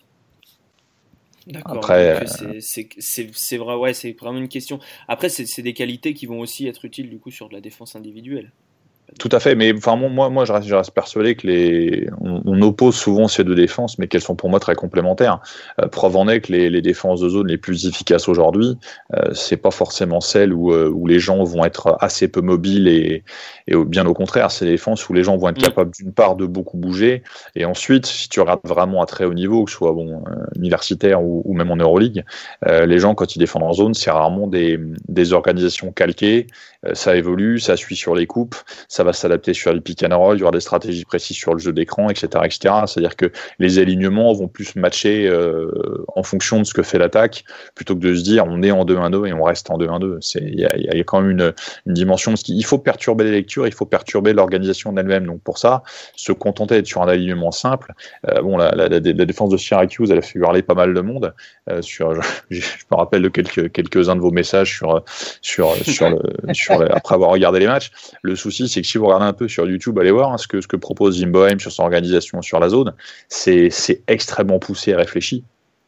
D'accord. Après, c'est, c'est, c'est, c'est vrai, ouais, c'est vraiment une question. Après, c'est, c'est des qualités qui vont aussi être utiles du coup sur de la défense individuelle. Tout à fait, mais enfin moi, moi je reste, je reste persuadé que les, on, on oppose souvent ces deux défenses, mais qu'elles sont pour moi très complémentaires. Euh, preuve en est que les, les défenses de zone les plus efficaces aujourd'hui, euh, c'est pas forcément celles où, euh, où les gens vont être assez peu mobiles et, et bien au contraire, c'est les défenses où les gens vont être capables d'une part de beaucoup bouger, et ensuite, si tu regardes vraiment à très haut niveau, que ce soit bon euh, universitaire ou, ou même en Euroleague, euh, les gens quand ils défendent en zone, c'est rarement des, des organisations calquées. Euh, ça évolue, ça suit sur les coupes. Ça va s'adapter sur les pick and roll, il y aura des stratégies précises sur le jeu d'écran, et cetera, et cetera. C'est-à-dire que les alignements vont plus matcher euh, en fonction de ce que fait l'attaque, plutôt que de se dire on est en deux un deux et on reste en deux un deux. C'est, il y a, il y a quand même une, une dimension, parce qu'il faut perturber les lectures, il faut perturber l'organisation d'elle-même. Donc pour ça, se contenter d'être sur un alignement simple. Euh, bon, la, la, la, la défense de Syracuse, elle a fait hurler pas mal de monde. Euh, sur, je, je me rappelle de quelques quelques uns de vos messages sur sur sur le sur le, après avoir regardé les matchs. Le souci, c'est que si vous regardez un peu sur YouTube, allez voir hein, ce que ce que propose Jim Boeheim sur son organisation sur la zone, c'est c'est extrêmement poussé et réfléchi.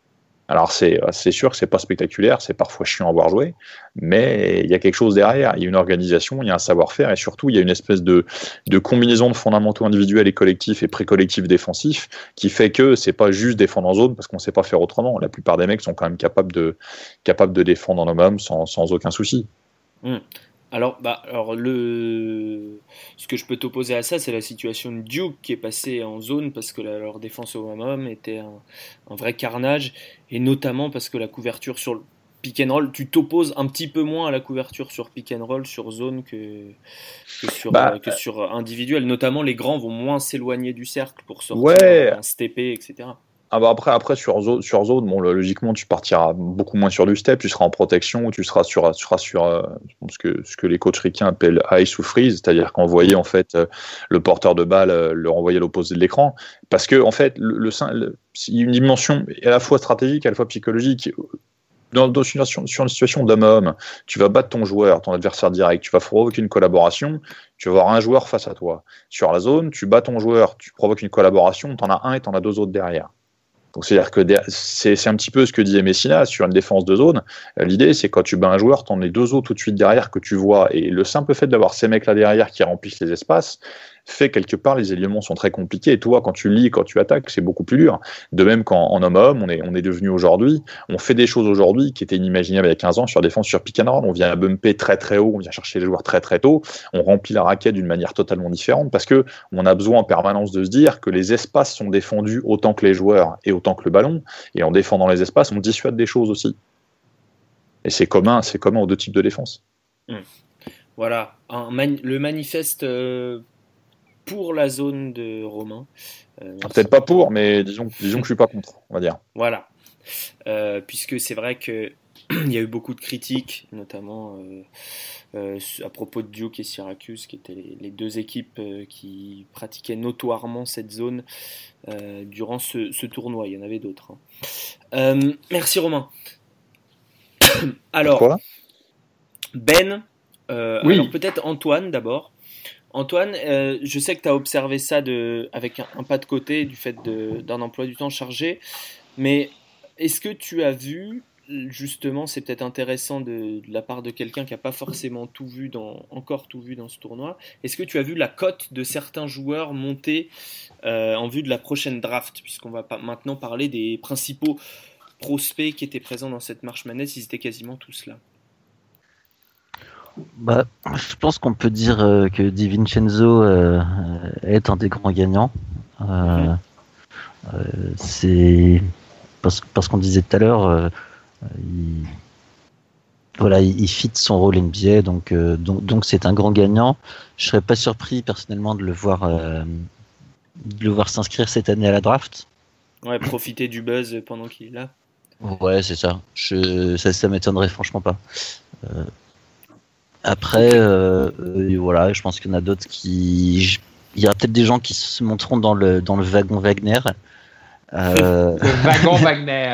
Alors c'est c'est sûr que c'est pas spectaculaire, c'est parfois chiant à voir jouer, mais il y a quelque chose derrière, il y a une organisation, il y a un savoir-faire et surtout il y a une espèce de de combinaison de fondamentaux individuels et collectifs et pré-collectifs défensifs qui fait que c'est pas juste défendre en zone parce qu'on sait pas faire autrement. La plupart des mecs sont quand même capables de capables de défendre en homme-homme sans sans aucun souci. Mmh. Alors, bah, alors le... ce que je peux t'opposer à ça, c'est la situation de Duke qui est passée en zone parce que la, leur défense au homme était un, un vrai carnage, et notamment parce que la couverture sur le pick and roll, tu t'opposes un petit peu moins à la couverture sur pick and roll sur zone que, que, sur, bah, euh, que sur individuel. Notamment, les grands vont moins s'éloigner du cercle pour sortir ouais. un stepper, et cetera. Ah bah après, après sur zone, sur zone, bon, logiquement, tu partiras beaucoup moins sur du step, tu seras en protection, ou tu seras sur, tu seras sur euh, ce que ce que les coachs ricains appellent ice ou freeze, c'est-à-dire qu'envoyer en fait euh, le porteur de balle, euh, le renvoyer à l'opposé de l'écran, parce que en fait, le, le, le il y a une dimension à la fois stratégique, à la fois psychologique. Dans, dans une, sur une situation d'homme à homme, tu vas battre ton joueur, ton adversaire direct, tu vas provoquer une collaboration, tu vas avoir un joueur face à toi. Sur la zone, tu bats ton joueur, tu provoques une collaboration, t'en as un et t'en as deux autres derrière. Donc c'est-à-dire que c'est, c'est un petit peu ce que disait Messina sur une défense de zone. L'idée, c'est quand tu bats un joueur, t'en as deux autres tout de suite derrière que tu vois. Et le simple fait d'avoir ces mecs là derrière qui remplissent les espaces fait quelque part les éléments sont très compliqués. Et toi, quand tu lis, quand tu attaques, c'est beaucoup plus dur. De même qu'en en homme à homme, on est, on est devenu aujourd'hui, on fait des choses aujourd'hui qui étaient inimaginables il y a quinze ans sur défense sur pick and roll. On vient bumper très très haut, on vient chercher les joueurs très très tôt, on remplit la raquette d'une manière totalement différente parce que on a besoin en permanence de se dire que les espaces sont défendus autant que les joueurs et autant que le ballon. Et en défendant les espaces, on dissuade des choses aussi. Et c'est commun, c'est commun aux deux types de défense. Mmh. Voilà, un man- le manifeste euh, pour la zone de Romain. Euh, ah, peut-être pas pour, mais disons, disons que je suis pas contre, on va dire. Voilà, euh, puisque c'est vrai que il y a eu beaucoup de critiques, notamment euh, euh, à propos de Duke et Syracuse, qui étaient les, les deux équipes euh, qui pratiquaient notoirement cette zone euh, durant ce, ce tournoi. Il y en avait d'autres. Hein. Euh, merci Romain. Alors, Quoi Ben, euh, oui. alors peut-être Antoine d'abord. Antoine, euh, je sais que tu as observé ça de, avec un, un pas de côté du fait de, d'un emploi du temps chargé, mais est-ce que tu as vu, justement, c'est peut-être intéressant de, de la part de quelqu'un qui n'a pas forcément tout vu dans, encore tout vu dans ce tournoi, est-ce que tu as vu la cote de certains joueurs monter euh, en vue de la prochaine draft, puisqu'on va pas, maintenant parler des principaux prospects qui étaient présents dans cette March Madness, ils étaient quasiment tous là. Bah, je pense qu'on peut dire euh, que Di Vincenzo euh, est un des grands gagnants. Euh, mm-hmm. euh, c'est parce, parce qu'on disait tout à l'heure, euh, il... voilà, il, il fit son rôle N B A, donc euh, donc donc c'est un grand gagnant. Je serais pas surpris personnellement de le voir euh, de le voir s'inscrire cette année à la draft. Ouais, profiter du buzz pendant qu'il est là. Ouais, c'est ça. Je, ça, ça m'étonnerait franchement pas. Euh, après, euh, euh, voilà, je pense qu'il y en a d'autres qui. Il y aura peut-être des gens qui se monteront dans le dans le wagon Wagner. Euh... Le wagon Wagner.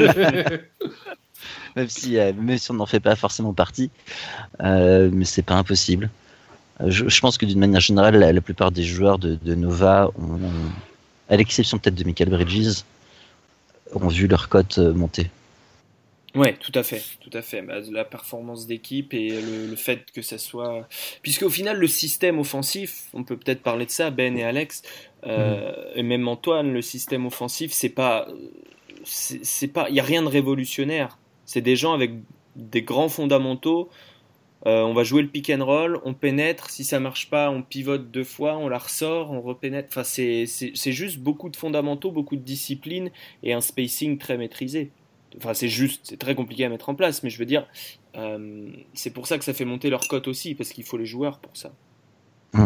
même si euh, même si on n'en fait pas forcément partie, euh, mais c'est pas impossible. Je, je pense que d'une manière générale, la, la plupart des joueurs de, de Nova, ont, ont, à l'exception peut-être de Mikal Bridges, ont vu leur cote monter. Ouais, tout à fait, tout à fait. Bah, la performance d'équipe et le, le fait que ça soit, puisqu'au final le système offensif, on peut peut-être parler de ça, Ben et Alex, euh, mmh. et même Antoine, le système offensif, c'est pas, c'est, c'est pas, il y a rien de révolutionnaire. C'est des gens avec des grands fondamentaux. Euh, on va jouer le pick and roll, on pénètre, si ça marche pas, on pivote deux fois, on la ressort, on repénètre. Enfin, c'est, c'est, c'est juste beaucoup de fondamentaux, beaucoup de discipline et un spacing très maîtrisé. Enfin, c'est juste, c'est très compliqué à mettre en place, mais je veux dire, euh, c'est pour ça que ça fait monter leur cote aussi, parce qu'il faut les joueurs pour ça. Euh,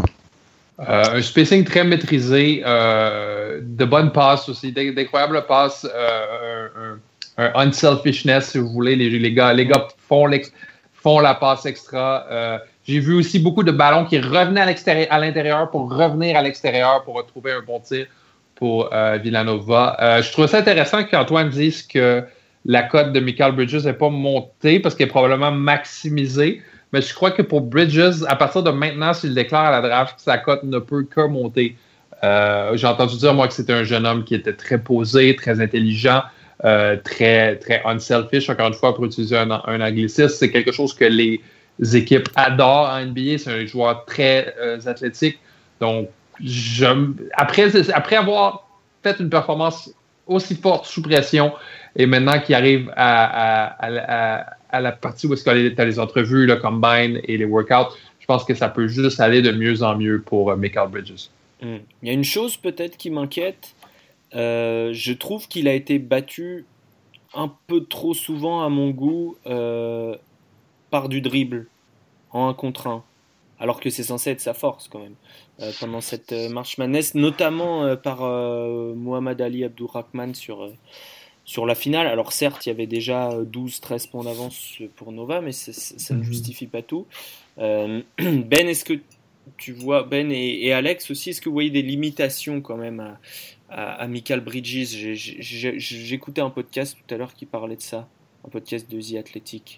un spacing très maîtrisé, euh, de bonnes passes aussi, d'incroyables passes, euh, un, un unselfishness, si vous voulez. Les, les gars, les gars font, font la passe extra. Euh, j'ai vu aussi beaucoup de ballons qui revenaient à, l'extérieur, à l'intérieur pour revenir à l'extérieur pour retrouver un bon tir pour euh, Villanova. Euh, je trouve ça intéressant qu'Antoine dise que la cote de Mikal Bridges n'est pas montée parce qu'elle est probablement maximisée. Mais je crois que pour Bridges, à partir de maintenant, s'il déclare à la draft, sa cote ne peut que monter. Euh, j'ai entendu dire, moi, que c'était un jeune homme qui était très posé, très intelligent, euh, très, très unselfish, encore une fois, pour utiliser un, un anglicisme. C'est quelque chose que les équipes adorent en N B A. C'est un joueur très euh, athlétique. Donc, je, après, après avoir fait une performance aussi forte sous pression, et maintenant qu'il arrive à, à, à, à la partie où est-ce que tu as les entrevues, le combine et les workouts, je pense que ça peut juste aller de mieux en mieux pour uh, Mikal Bridges. Mmh. Il y a une chose peut-être qui m'inquiète. Euh, je trouve qu'il a été battu un peu trop souvent à mon goût euh, par du dribble en un contre un. Alors que c'est censé être sa force quand même. Euh, pendant cette euh, March Madness, notamment euh, par euh, Mohamed Ali Abdourahmane sur... Euh, Sur la finale, alors certes, il y avait déjà douze treize points d'avance pour Nova, mais ça, ça ne justifie pas tout. Euh, Ben, est-ce que tu vois, Ben et, et Alex aussi, est-ce que vous voyez des limitations quand même à, à, à Mikal Bridges? j'ai, j'ai, J'écoutais un podcast tout à l'heure qui parlait de ça, un podcast de The Athletic.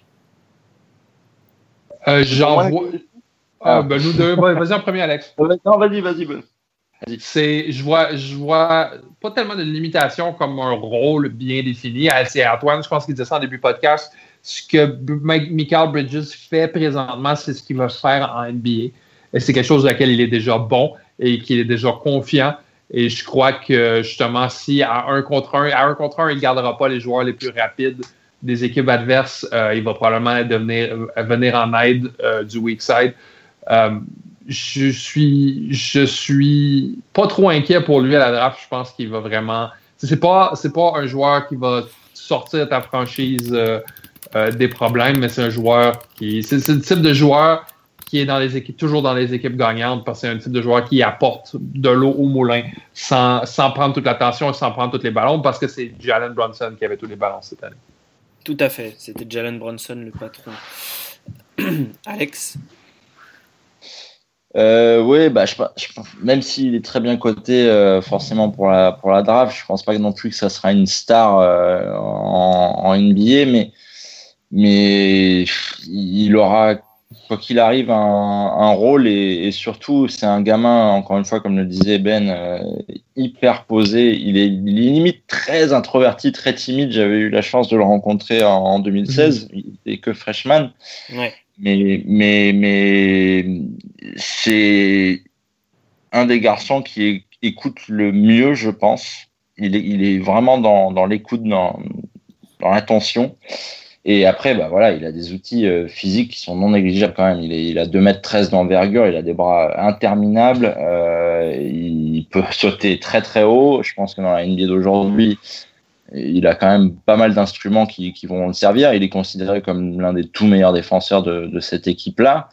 Euh, j'en vois... Ah, ben nous deux, vas-y en premier, Alex. Non, vas-y, vas-y, Ben. C'est, je vois, je vois pas tellement de limitation comme un rôle bien défini. C'est Antoine, je pense qu'il disait ça en début de podcast. Ce que Mikal Bridges fait présentement, c'est ce qu'il va faire en N B A. Et c'est quelque chose dans lequel il est déjà bon et qu'il est déjà confiant. Et je crois que justement, si à un contre un, à un contre un, il ne gardera pas les joueurs les plus rapides des équipes adverses, euh, il va probablement devenir, venir en aide euh, du weak side. Euh, Je suis, je suis pas trop inquiet pour lui à la draft. Je pense qu'il va vraiment. C'est pas, c'est pas un joueur qui va sortir ta franchise euh, euh, des problèmes, mais c'est un joueur qui. C'est, c'est le type de joueur qui est dans les équipes, toujours dans les équipes gagnantes, parce que c'est un type de joueur qui apporte de l'eau au moulin sans, sans prendre toute l'attention et sans prendre tous les ballons, parce que c'est Jalen Brunson qui avait tous les ballons cette année. Tout à fait. C'était Jalen Brunson le patron. Alex? Euh, oui, bah, je, je, même s'il est très bien coté euh, forcément pour la, pour la draft, je pense pas non plus que ça sera une star euh, en, en N B A, mais, mais il aura, quoi qu'il arrive, un, un rôle et, et surtout, c'est un gamin, encore une fois, comme le disait Ben, euh, hyper posé. Il est, il est limite très introverti, très timide. J'avais eu la chance de le rencontrer en, en deux mille seize. Mmh. Il était que freshman. Ouais. Mais, mais, mais c'est un des garçons qui écoute le mieux, je pense. Il est, il est vraiment dans, dans l'écoute, dans, dans l'attention. Et après, bah voilà, il a des outils euh, physiques qui sont non négligeables quand même. Il, est, il a deux mètres treize d'envergure, il a des bras interminables, euh, il peut sauter très très haut. Je pense que dans la N B A d'aujourd'hui, il a quand même pas mal d'instruments qui, qui vont le servir. Il est considéré comme l'un des tout meilleurs défenseurs de, de cette équipe-là.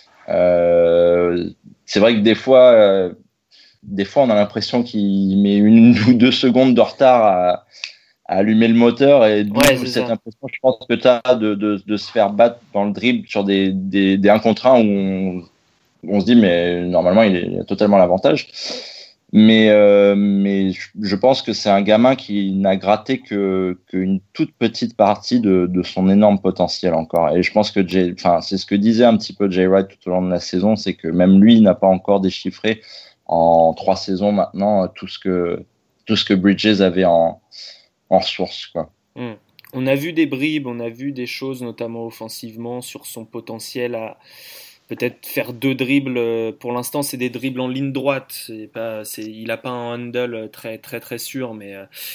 Euh, c'est vrai que des fois, euh, des fois, on a l'impression qu'il met une ou deux secondes de retard à à allumer le moteur et d'où Ouais, cette impression, je pense, que tu as de, de, de se faire battre dans le dribble sur des, des, des un contre un où on, où on se dit, mais normalement, il, est, il a totalement l'avantage. Mais, euh, mais je pense que c'est un gamin qui n'a gratté que, qu'une toute petite partie de, de son énorme potentiel encore. Et je pense que Jay, enfin, c'est ce que disait un petit peu Jay Wright tout au long de la saison, c'est que même lui n'a pas encore déchiffré en trois saisons maintenant tout ce que, tout ce que Bridges avait en, en ressources, quoi. Mmh. On a vu des bribes, on a vu des choses, notamment offensivement, sur son potentiel à peut-être faire deux dribbles. Pour l'instant, c'est des dribbles en ligne droite. C'est pas, c'est, il n'a pas un handle très, très, très sûr, mais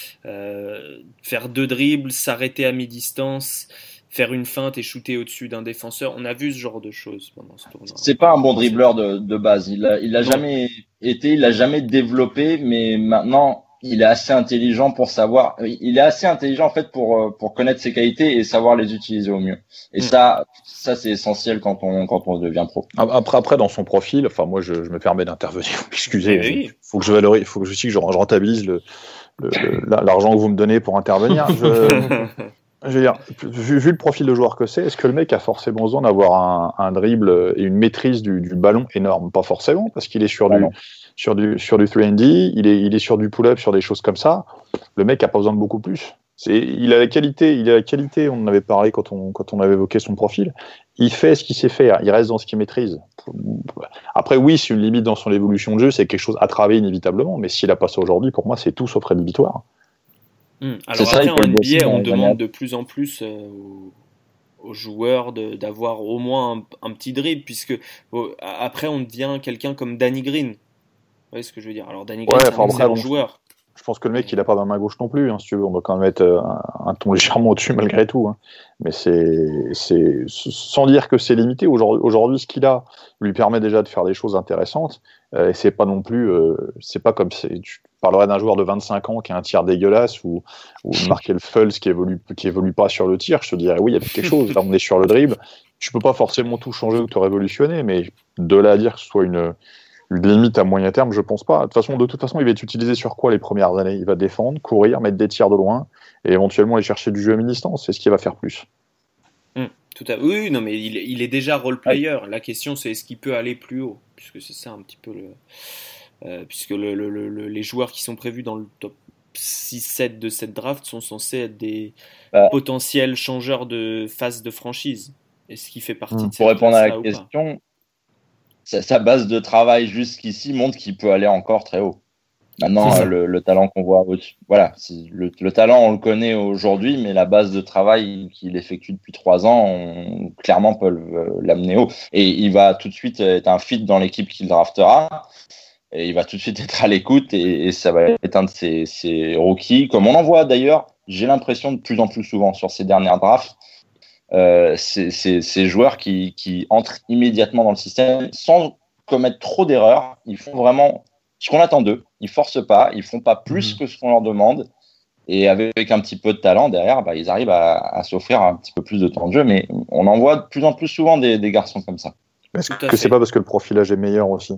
euh, faire deux dribbles, s'arrêter à mi-distance, faire une feinte et shooter au-dessus d'un défenseur. On a vu ce genre de choses pendant ce tournoi. C'est pas un bon dribbleur de, de base. Il a, il a jamais été, il l'a jamais développé, mais maintenant, il est assez intelligent pour savoir, il est assez intelligent en fait pour pour connaître ses qualités et savoir les utiliser au mieux. Et mmh. ça, ça c'est essentiel quand on quand on devient pro. Après, après dans son profil, enfin moi je, je me permets d'intervenir. Excusez, oui. faut que je valorise, faut que je aussi que je, je rentabilise le, le, le l'argent que vous me donnez pour intervenir. Je, je veux dire, vu, vu le profil de joueur que c'est, est-ce que le mec a forcément besoin d'avoir un, un dribble et une maîtrise du, du ballon énorme? Pas forcément, parce qu'il est sur ah du non. sur du sur du trois and D, il est il est sur du pull-up, sur des choses comme ça. Le mec a pas besoin de beaucoup plus. C'est il a la qualité, il a la qualité, on en avait parlé quand on quand on avait évoqué son profil. Il fait ce qu'il sait faire, il reste dans ce qu'il maîtrise. Après oui, c'est une limite dans son évolution de jeu, c'est quelque chose à travailler inévitablement, mais s'il a pas ça aujourd'hui, pour moi, c'est tout sauf rédhibitoire. Mmh. Alors c'est après ça, en N B A, on demande de plus en plus euh, aux, aux joueurs de, d'avoir au moins un, un petit dribble, puisque oh, après on devient quelqu'un comme Danny Green. Vous voyez ce que je veux dire? Alors Danny Green, ouais, c'est un excellent joueur. Je pense que le mec, il a pas ma main gauche non plus, hein, si tu veux. On doit quand même mettre un, un ton légèrement au-dessus malgré tout. Hein. Mais c'est, c'est, sans dire que c'est limité. Aujourd'hui, aujourd'hui, ce qu'il a lui permet déjà de faire des choses intéressantes. Euh, et c'est pas non plus, euh, c'est pas comme c'est, tu parlerais d'un joueur de vingt-cinq ans qui a un tir dégueulasse ou, ou Markel Fultz qui évolue, qui évolue pas sur le tir. Je te dirais, oui, il y a quelque chose. Là, on est sur le dribble. Tu peux pas forcément tout changer ou te révolutionner, mais de là à dire que ce soit une, une limite à moyen terme, je pense pas. De toute façon, de toute façon, il va être utilisé sur quoi les premières années? Il va défendre, courir, mettre des tirs de loin et éventuellement aller chercher du jeu à mi-distance. C'est ce qu'il va faire plus. Mmh, tout à... Oui, non, mais il, il est déjà role-player. Ouais. La question, c'est est-ce qu'il peut aller plus haut? Puisque c'est ça un petit peu le... Euh, puisque le, le, le, les joueurs qui sont prévus dans le top six sept de cette draft sont censés être des bah. potentiels changeurs de phase de franchise. Est-ce qu'il fait partie mmh. de cette Pour répondre à la question... sa base de travail jusqu'ici montre qu'il peut aller encore très haut. Maintenant, euh, le, le talent qu'on voit au-dessus, voilà, le, le talent, on le connaît aujourd'hui, mais la base de travail qu'il effectue depuis trois ans, on, clairement peut l'amener haut. Et il va tout de suite être un fit dans l'équipe qu'il draftera. Et il va tout de suite être à l'écoute et, et ça va être un de ses, ses rookies. Comme on en voit d'ailleurs, j'ai l'impression de plus en plus souvent sur ces dernières drafts, Euh, c'est, c'est, ces joueurs qui, qui entrent immédiatement dans le système sans commettre trop d'erreurs. Ils font vraiment ce qu'on attend d'eux. Ils forcent pas, ils font pas plus mmh. que ce qu'on leur demande. Et avec un petit peu de talent derrière, bah, ils arrivent à, à s'offrir un petit peu plus de temps de jeu. Mais on en voit de plus en plus souvent des, des garçons comme ça. Est-ce que c'est pas parce que le profilage est meilleur aussi?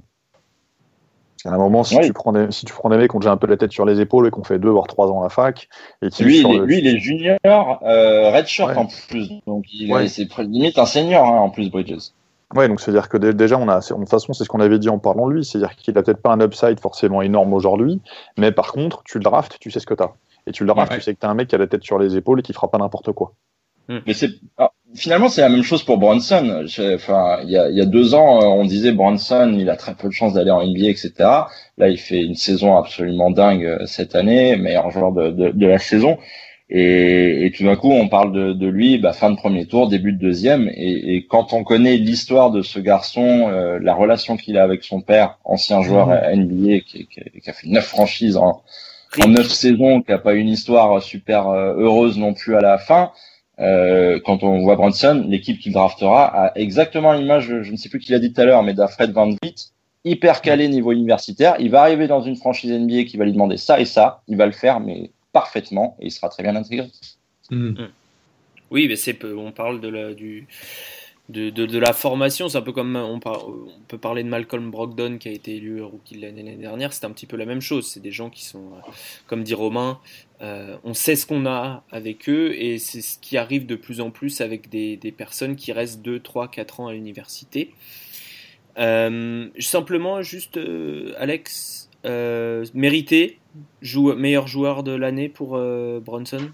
À un moment, si, oui. tu prends des, si tu prends des mecs qui ont déjà un peu la tête sur les épaules et qui ont fait deux voire trois ans à la fac, et qui lui, sur il est, le... lui, il est junior, euh, redshirt ouais. en plus, donc il ouais. est, c'est limite un senior hein, en plus Bridges. Ouais, donc c'est-à-dire que déjà, on a, de toute façon, c'est ce qu'on avait dit en parlant de lui, c'est-à-dire qu'il a peut-être pas un upside forcément énorme aujourd'hui, mais par contre, tu le draftes, tu sais ce que t'as, et tu le draftes, ouais. tu sais que t'as un mec qui a la tête sur les épaules et qui fera pas n'importe quoi. Mais c'est alors, finalement c'est la même chose pour Brunson. Enfin, il y a, il y a deux ans, on disait Brunson, il a très peu de chances d'aller en N B A, et cetera. Là, il fait une saison absolument dingue cette année, meilleur joueur de, de, de la saison. Et, et tout d'un coup, on parle de, de lui, bah, fin de premier tour, début de deuxième. Et, et quand on connaît l'histoire de ce garçon, euh, la relation qu'il a avec son père, ancien joueur mmh. N B A, qui, qui, qui a fait neuf franchises en, en neuf saisons, qui a pas une histoire super heureuse non plus à la fin. Euh, quand on voit Brunson, l'équipe qu'il draftera a exactement l'image, je ne sais plus qui l'a dit tout à l'heure, mais d'Fred VanVleet, hyper calé niveau universitaire. Il va arriver dans une franchise N B A qui va lui demander ça et ça. Il va le faire, mais parfaitement, et il sera très bien intégré. Mmh. Oui, mais c'est on parle de la, du, de, de, de la formation. C'est un peu comme on, par, on peut parler de Malcolm Brogdon qui a été élu rookie de l'année, l'année dernière. C'est un petit peu la même chose. C'est des gens qui sont, comme dit Romain, euh, on sait ce qu'on a avec eux, et c'est ce qui arrive de plus en plus avec des, des personnes qui restent deux, trois, quatre ans à l'université. Euh, simplement, juste, euh, Alex, euh, mérité jou- meilleur joueur de l'année pour euh, Brunson?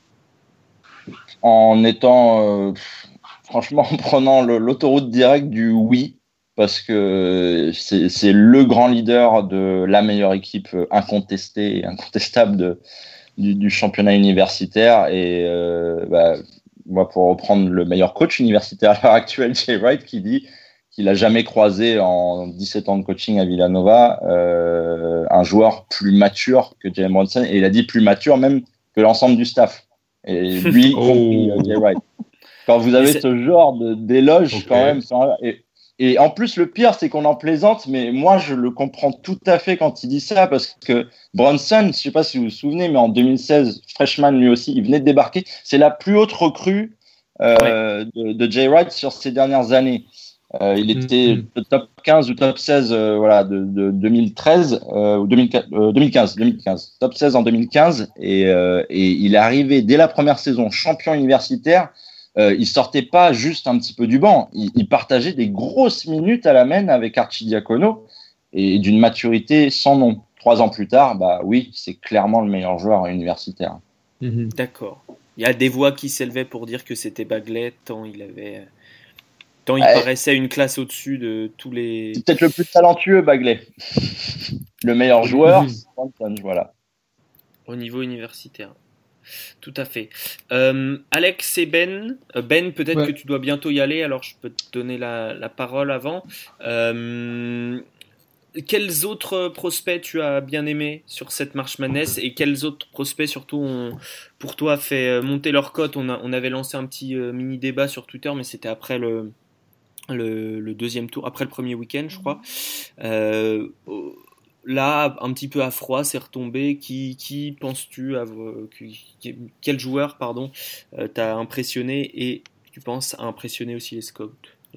En étant, euh, franchement, en prenant le, l'autoroute directe du oui, parce que c'est, c'est le grand leader de la meilleure équipe incontestée et incontestable de, du, du championnat universitaire. Et euh, bah, moi, pour reprendre le meilleur coach universitaire à l'heure actuelle, Jay Wright, qui dit qu'il n'a jamais croisé en dix-sept ans de coaching à Villanova euh, un joueur plus mature que Jalen Brunson, et il a dit plus mature même que l'ensemble du staff. Et lui, oh. compris, uh, Jay Wright. Quand vous avez ce genre de, d'éloge, okay. quand même, et, et en plus, le pire, c'est qu'on en plaisante, mais moi, je le comprends tout à fait quand il dit ça, parce que Brunson, je ne sais pas si vous vous souvenez, mais en deux mille seize, freshman lui aussi, il venait de débarquer. C'est la plus haute recrue euh, ouais. de, de Jay Wright sur ces dernières années. Euh, il était mm-hmm. top quinze ou top seize euh, voilà, de, de deux mille treize euh, ou deux mille quinze, deux mille quinze, top seize en deux mille quinze, et, euh, et il est arrivé dès la première saison champion universitaire. Euh, il sortait pas juste un petit peu du banc, il, il partageait des grosses minutes à la main avec Arcidiacono, et d'une maturité sans nom. Trois ans plus tard, bah oui, c'est clairement le meilleur joueur universitaire. Mm-hmm. D'accord. Il y a des voix qui s'élevaient pour dire que c'était Bagley, tant il avait... Tant il ouais. paraissait une classe au-dessus de tous les... C'est peut-être le plus talentueux, Bagley. Le meilleur joueur, c'est voilà. Au niveau universitaire. Tout à fait. Euh, Alex et Ben. Ben, peut-être ouais. que tu dois bientôt y aller, alors je peux te donner la, la parole avant. Euh, quels autres prospects tu as bien aimés sur cette March Madness, et quels autres prospects surtout ont, pour toi, fait monter leur cote? On, a, on avait lancé un petit euh, mini-débat sur Twitter, mais c'était après le... Le, le deuxième tour, après le premier week-end, je crois. Euh, là, un petit peu à froid, c'est retombé. Qui, qui penses-tu, à, qui, quel joueur, pardon, euh, t'a impressionné, et tu penses a impressionné aussi les scouts?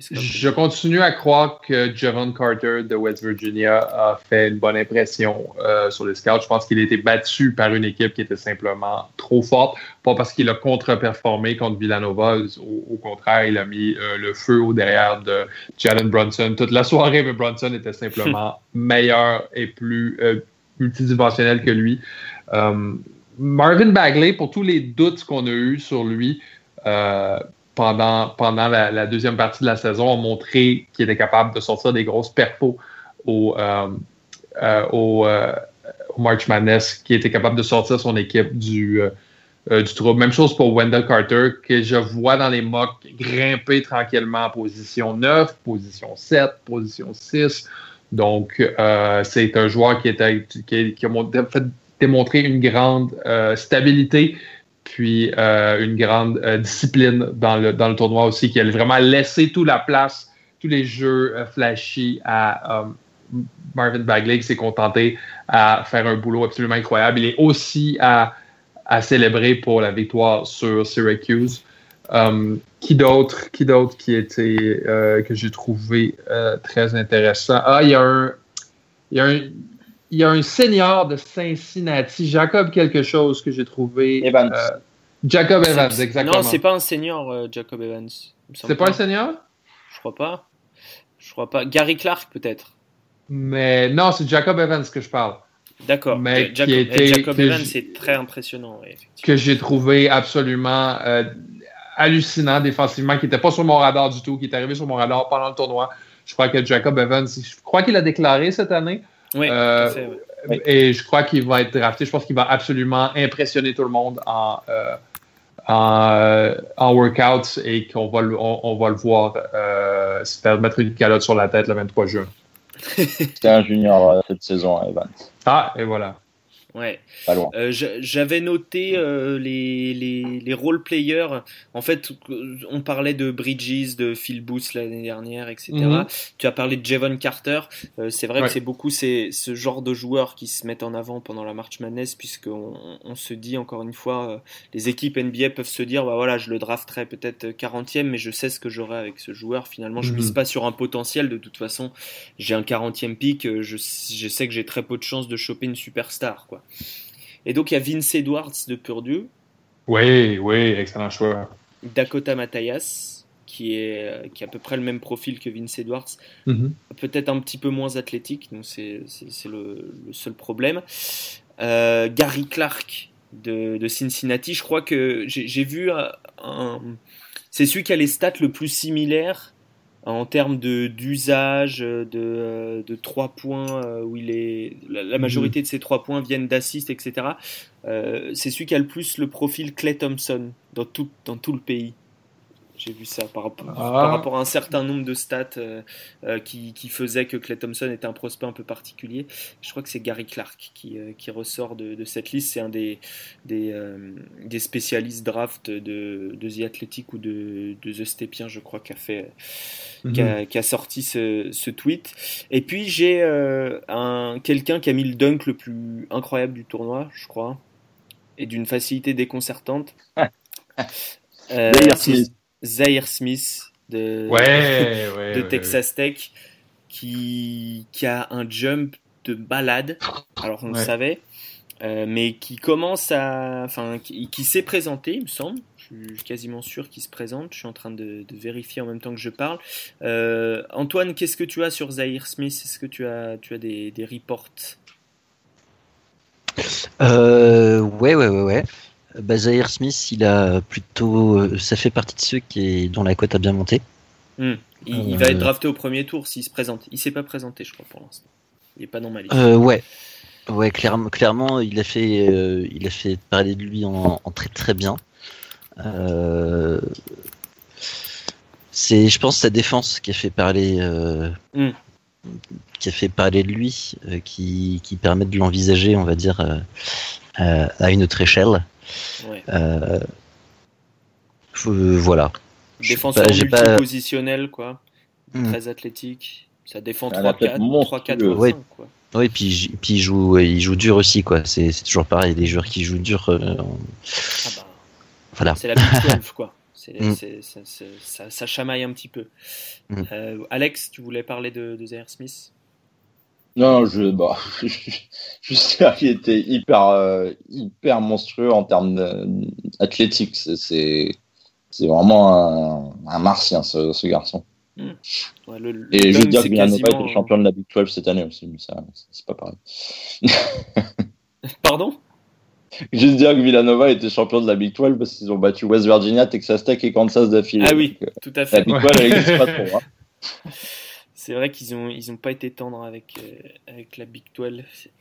Je continue à croire que Javon Carter de West Virginia a fait une bonne impression euh, sur les scouts. Je pense qu'il a été battu par une équipe qui était simplement trop forte. Pas parce qu'il a contre-performé contre Villanova. Au, au contraire, il a mis euh, le feu au derrière de Jalen Brunson. Toute la soirée, mais Brunson était simplement meilleur et plus euh, multidimensionnel que lui. Euh, Marvin Bagley, pour tous les doutes qu'on a eus sur lui, euh, pendant, pendant la, la deuxième partie de la saison, ont montré qu'il était capable de sortir des grosses perfos au, euh, euh, au, euh, au March Madness, qui était capable de sortir son équipe du, euh, du trouble. Même chose pour Wendell Carter, que je vois dans les mocks grimper tranquillement en position neuf, position sept, position six. Donc, euh, c'est un joueur qui, était, qui, qui a fait démontrer une grande euh, stabilité, puis euh, une grande euh, discipline dans le, dans le tournoi aussi, qui a vraiment laissé toute la place, tous les jeux euh, flashy à euh, Marvin Bagley, qui s'est contenté à faire un boulot absolument incroyable. Il est aussi à, à célébrer pour la victoire sur Syracuse. Um, qui d'autre qui d'autre qui était euh, que j'ai trouvé euh, très intéressant? Ah, il y a un il y a un Il y a un senior de Cincinnati, Jacob quelque chose, que j'ai trouvé. Evans. Euh, Jacob c'est, Evans, exactement. Non, c'est pas un senior, euh, Jacob Evans. C'est pas, pas un senior? Je crois pas. Je crois pas. Gary Clark, peut-être. Mais non, c'est Jacob Evans que je parle. D'accord. Mais Jacob, qui était, Jacob Evans, c'est très impressionnant. Ouais, que j'ai trouvé absolument euh, hallucinant défensivement, qui n'était pas sur mon radar du tout, qui est arrivé sur mon radar pendant le tournoi. Je crois que Jacob Evans, je crois qu'il a déclaré cette année. Oui, euh, fait, oui. Et je crois qu'il va être drafté. Je pense qu'il va absolument impressionner tout le monde en, euh, en, en workouts, et qu'on va le, on, on va le voir euh, se faire mettre une calotte sur la tête le vingt-trois juin. C'était un junior euh, cette saison, Evans. Ah, et voilà. Ouais. Pas loin. Euh, j'avais noté euh, les, les, les role players. En fait, on parlait de Bridges, de Phil Booth l'année dernière, et cetera. Mm-hmm. Tu as parlé de Javon Carter. Euh, c'est vrai ouais. que c'est beaucoup ces, ce genre de joueurs qui se mettent en avant pendant la March Madness, puisqu'on on se dit, encore une fois, euh, les équipes N B A peuvent se dire, bah voilà, je le drafterai peut-être quarantième, mais je sais ce que j'aurai avec ce joueur. Finalement, je ne mm-hmm. mise pas sur un potentiel. De toute façon, j'ai un quarantième pick. Je, je sais que j'ai très peu de chances de choper une superstar, quoi. Et donc il y a Vince Edwards de Purdue. Oui, oui, excellent choix. Dakota Mathias, qui est qui a à peu près le même profil que Vince Edwards, mm-hmm. peut-être un petit peu moins athlétique, donc c'est c'est, c'est le, le seul problème. Euh, Gary Clark de, de Cincinnati, je crois que j'ai, j'ai vu un, un, c'est celui qui a les stats le plus similaires en termes de d'usage, de de trois points où il est la, la majorité de ses trois points viennent d'assists, et cetera. Euh, c'est celui qui a le plus le profil Klay Thompson dans tout dans tout le pays. J'ai vu ça par, ah. par rapport à un certain nombre de stats euh, euh, qui, qui faisaient que Klay Thompson était un prospect un peu particulier. Je crois que c'est Gary Clark qui, euh, qui ressort de, de cette liste. C'est un des, des, euh, des spécialistes draft de, de The Athletic ou de, de The Stepien, je crois, qui a, fait, mm-hmm. qui a, qui a sorti ce, ce tweet. Et puis j'ai euh, un, quelqu'un qui a mis le dunk le plus incroyable du tournoi, je crois, et d'une facilité déconcertante. euh, c'est Zhaire Smith de, ouais, ouais, de ouais, Texas ouais. Tech qui, qui a un jump de balade, alors on ouais. le savait, euh, mais qui commence à, enfin qui, qui s'est présenté, il me semble, je suis quasiment sûr qu'il se présente, je suis en train de, de vérifier en même temps que je parle. Euh, Antoine, qu'est-ce que tu as sur Zhaire Smith? Est-ce que tu as, tu as des, des reports? euh, Ouais, ouais, ouais, ouais. Bah, Zhaire Smith, il a plutôt, ça fait partie de ceux qui est, dont la cote a bien monté. Mmh. Il, euh... il va être drafté au premier tour s'il se présente. Il s'est pas présenté, je crois, pour l'instant. Il est pas dans ma liste. Euh, ouais, ouais, clairement, clairement, il a fait, euh, il a fait parler de lui en, en très très bien. Euh... C'est, je pense, sa défense qui a fait parler, euh... mmh. qui a fait parler de lui, euh, qui, qui permet de l'envisager, on va dire, euh, euh, à une autre échelle. Ouais. Euh, euh, voilà. Défenseur multipositionnel, pas... quoi. Mmh. Très athlétique. Ça défend trois quatre ouais. quoi. Oui, puis, puis il, joue, il joue dur aussi, quoi. C'est, c'est toujours pareil, les joueurs qui jouent dur. Euh, on... ah bah, voilà. C'est la Big douze, quoi. C'est, mmh. c'est, c'est, c'est, ça, ça chamaille un petit peu. Mmh. Euh, Alex, tu voulais parler de, de Zhaire Smith? Non, je, bah, je sais qu'il était hyper, euh, hyper monstrueux en termes athlétiques. C'est, c'est, c'est vraiment un, un martien, ce, ce garçon. Mmh. Ouais, le, le Et je veux dire que Villanova quasiment... était champion de la Big douze cette année aussi, mais ça, c'est pas pareil. Pardon? Juste dire que Villanova était champion de la Big douze parce qu'ils ont battu West Virginia, Texas Tech et Kansas d'affilée. Ah oui, donc, tout à fait. La Big douze, ouais. Elle n'existe pas trop. Hein. C'est vrai qu'ils ont ils ont pas été tendres avec euh, avec la Big douze.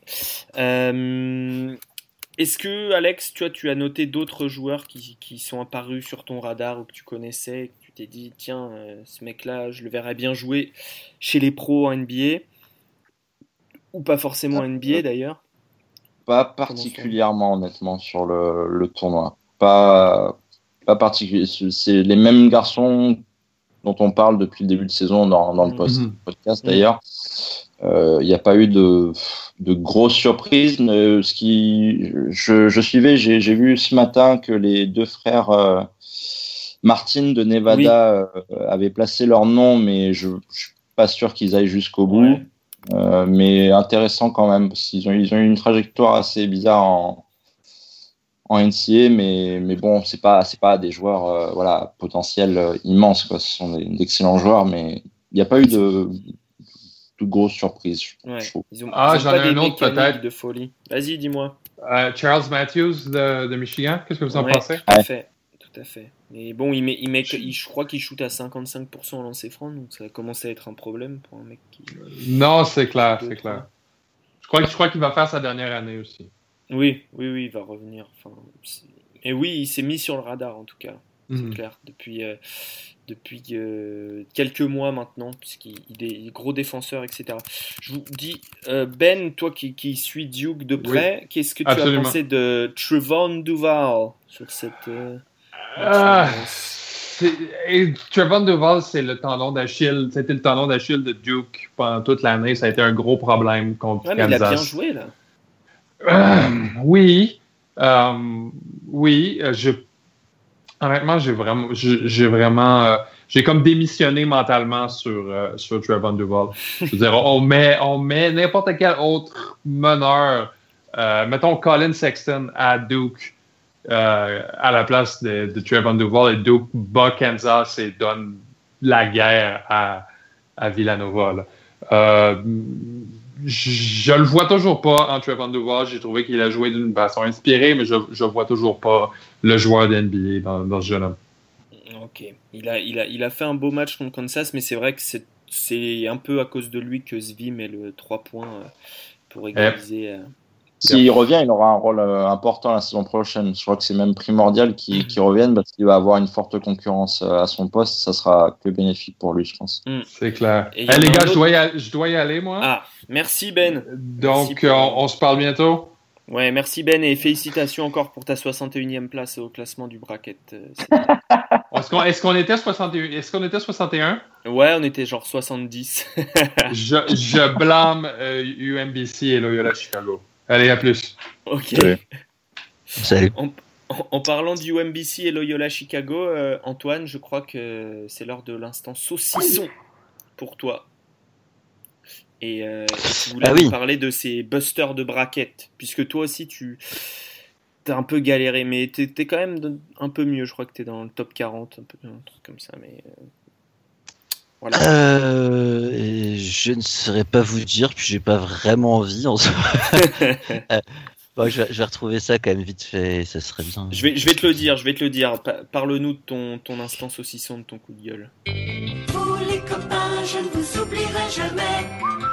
Euh, est-ce que Alex, tu as tu as noté d'autres joueurs qui qui sont apparus sur ton radar ou que tu connaissais, et que tu t'es dit tiens euh, ce mec-là je le verrais bien jouer chez les pros en N B A ou pas forcément en N B A d'ailleurs? Pas particulièrement honnêtement sur le le tournoi. Pas pas particulier. C'est les mêmes garçons dont on parle depuis le début de saison dans, dans le post- mm-hmm. podcast d'ailleurs. Il euh, n'y a pas eu de, de grosses surprises. Mais ce qui, je, je suivais, j'ai, j'ai vu ce matin que les deux frères euh, Martin de Nevada oui. euh, avaient placé leur nom, mais je ne suis pas sûr qu'ils aillent jusqu'au bout. Ouais. Euh, mais intéressant quand même, parce qu'ils ont, ils ont eu une trajectoire assez bizarre en en N C A A, mais mais bon, c'est pas c'est pas des joueurs euh, voilà potentiels euh, immenses quoi. Ce sont des, d'excellents joueurs, mais il n'y a pas eu de de grosses surprises. Ouais. Ils ont, ah, ils ont j'en pas ai des un autre peut-être de folie. Vas-y, dis-moi. Uh, Charles Matthews de, de Michigan, qu'est-ce que vous en ouais, pensez? Tout à fait, tout à fait. Mais bon, il met, il met, il, je crois qu'il shoot à cinquante-cinq pour cent en lancer franc, donc ça commence à être un problème pour un mec qui. Non, c'est clair, c'est clair. Je crois, je crois qu'il va faire sa dernière année aussi. Oui, oui, oui, il va revenir. Enfin, et oui, il s'est mis sur le radar en tout cas. c'est Mhm. clair, depuis, euh, depuis euh, quelques mois maintenant, puisqu'il il est, il est gros défenseur, et cetera. Je vous dis, euh, Ben, toi qui, qui suis Duke de près, oui, qu'est-ce que tu absolument. as pensé de Trevon Duval sur cette euh, ah, et Trevon Duval, c'est le tendon d'Achille, c'était le tendon d'Achille de Duke pendant toute l'année, ça a été un gros problème contre ouais, mais Kansas. Il a bien joué là. Euh, oui, euh, oui, je honnêtement, j'ai vraiment, j'ai, j'ai vraiment, euh, j'ai comme démissionné mentalement sur euh, sur Trevon Duval. Je veux dire, on met, on met n'importe quel autre meneur, euh, mettons Colin Sexton à Duke euh, à la place de, de Trevon Duval et Duke bat Kansas et donne la guerre à à Villanova. Là. Euh, je le vois toujours pas en Trevon Duval. J'ai trouvé qu'il a joué d'une façon inspirée, mais je je vois toujours pas le joueur de N B A dans, dans ce jeune homme. Ok. Il a, il, a, il a fait un beau match contre Kansas, mais c'est vrai que c'est, c'est un peu à cause de lui que Svi met le trois points pour égaliser. Yep. S'il yep. revient, il aura un rôle important la saison prochaine. Je crois que c'est même primordial qu'il, mm. qu'il revienne parce qu'il va avoir une forte concurrence à son poste. Ça sera que bénéfique pour lui, je pense. Mm. C'est clair. Hey, les gars, je dois, y aller, je dois y aller, moi. Ah, merci Ben. Donc, merci on, on se parle bientôt. Ouais, merci Ben et félicitations encore pour ta soixante et unième place au classement du bracket. Est-ce qu'on, est-ce qu'on était soixante et un? Est-ce qu'on était soixante et un? Ouais, on était genre soixante-dix. je, je blâme euh, U M B C et Loyola Chicago. Allez, à plus. Ok. Salut. Salut. En, en, en parlant du U M B C et Loyola Chicago, euh, Antoine, je crois que c'est l'heure de l'instant saucisson pour toi. Et, euh, et tu voulais ah nous oui. parler de ces busters de bracket, puisque toi aussi tu t'as un peu galéré, mais t'es, t'es quand même un peu mieux. Je crois que t'es dans le top quarante, un peu un truc comme ça, mais euh, voilà. Euh, je ne saurais pas vous dire, puis j'ai pas vraiment envie en soi. euh, bon, je, vais, je vais retrouver ça quand même vite fait, ça serait bien. Je vais, je vais te le dire, je vais te le dire. Parle-nous de ton, ton instant saucisson, de ton coup de gueule. Pour les copains, je ne vous oublierai jamais.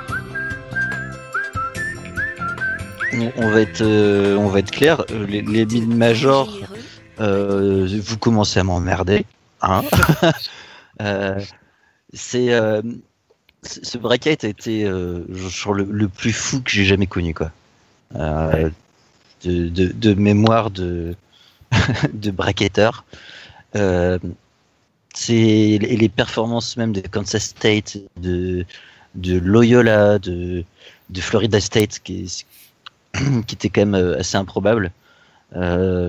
On va être, euh, on va être clair. Les, les mid-majors, euh, vous commencez à m'emmerder, hein. euh, c'est, euh, ce bracket a été euh, genre le, le plus fou que j'ai jamais connu, quoi. Euh, de, de, de mémoire de de bracketteur. Euh, c'est les, les performances même de Kansas State, de de Loyola, de de Florida State, qui est qui était quand même assez improbable. Il euh,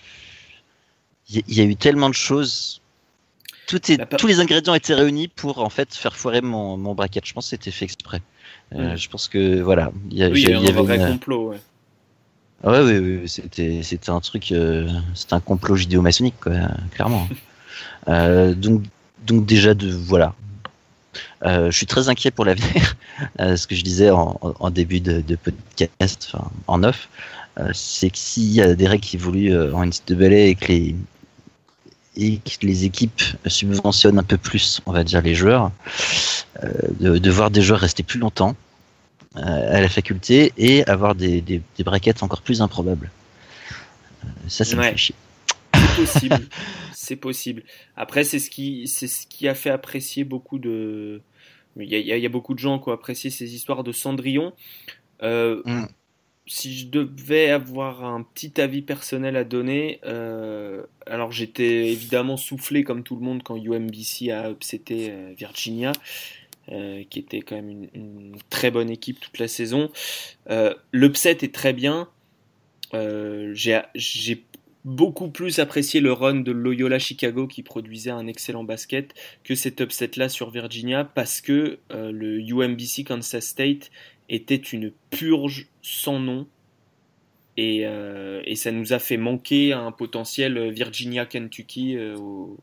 y, y a eu tellement de choses. Tout est, tous les ingrédients étaient réunis pour en fait faire foirer mon, mon bracket. Je pense que c'était fait exprès. Euh, mmh. Je pense que voilà. Y a, oui, il y, y avait un vrai une... complot. Ouais. Ouais, oui, oui, c'était, c'était un truc, euh, c'était un complot judéo-maçonnique, quoi, clairement. euh, donc, donc déjà de voilà. Euh, je suis très inquiet pour l'avenir. Euh, ce que je disais en, en, en début de, de podcast, enfin en off, euh, c'est que s'il y a des règles qui évoluent euh, en N C A A et que les et que les équipes subventionnent un peu plus, on va dire les joueurs, euh, de, de voir des joueurs rester plus longtemps euh, à la faculté et avoir des, des, des brackets encore plus improbables. Euh, ça, ça ouais. me fait chier. C'est possible. C'est possible. Après, c'est ce qui, c'est ce qui a fait apprécier beaucoup de. Il y a, il y a beaucoup de gens qui ont apprécié ces histoires de Cendrillon. Euh, mm. Si je devais avoir un petit avis personnel à donner, euh, alors j'étais évidemment soufflé comme tout le monde quand U M B C a upseté euh, Virginia, euh, qui était quand même une, une très bonne équipe toute la saison. Euh, l'upset est très bien. Euh, j'ai, j'ai beaucoup plus apprécié le run de Loyola Chicago qui produisait un excellent basket que cet upset-là sur Virginia parce que euh, le U M B C Kansas State était une purge sans nom et, euh, et ça nous a fait manquer un potentiel Virginia-Kentucky euh, au,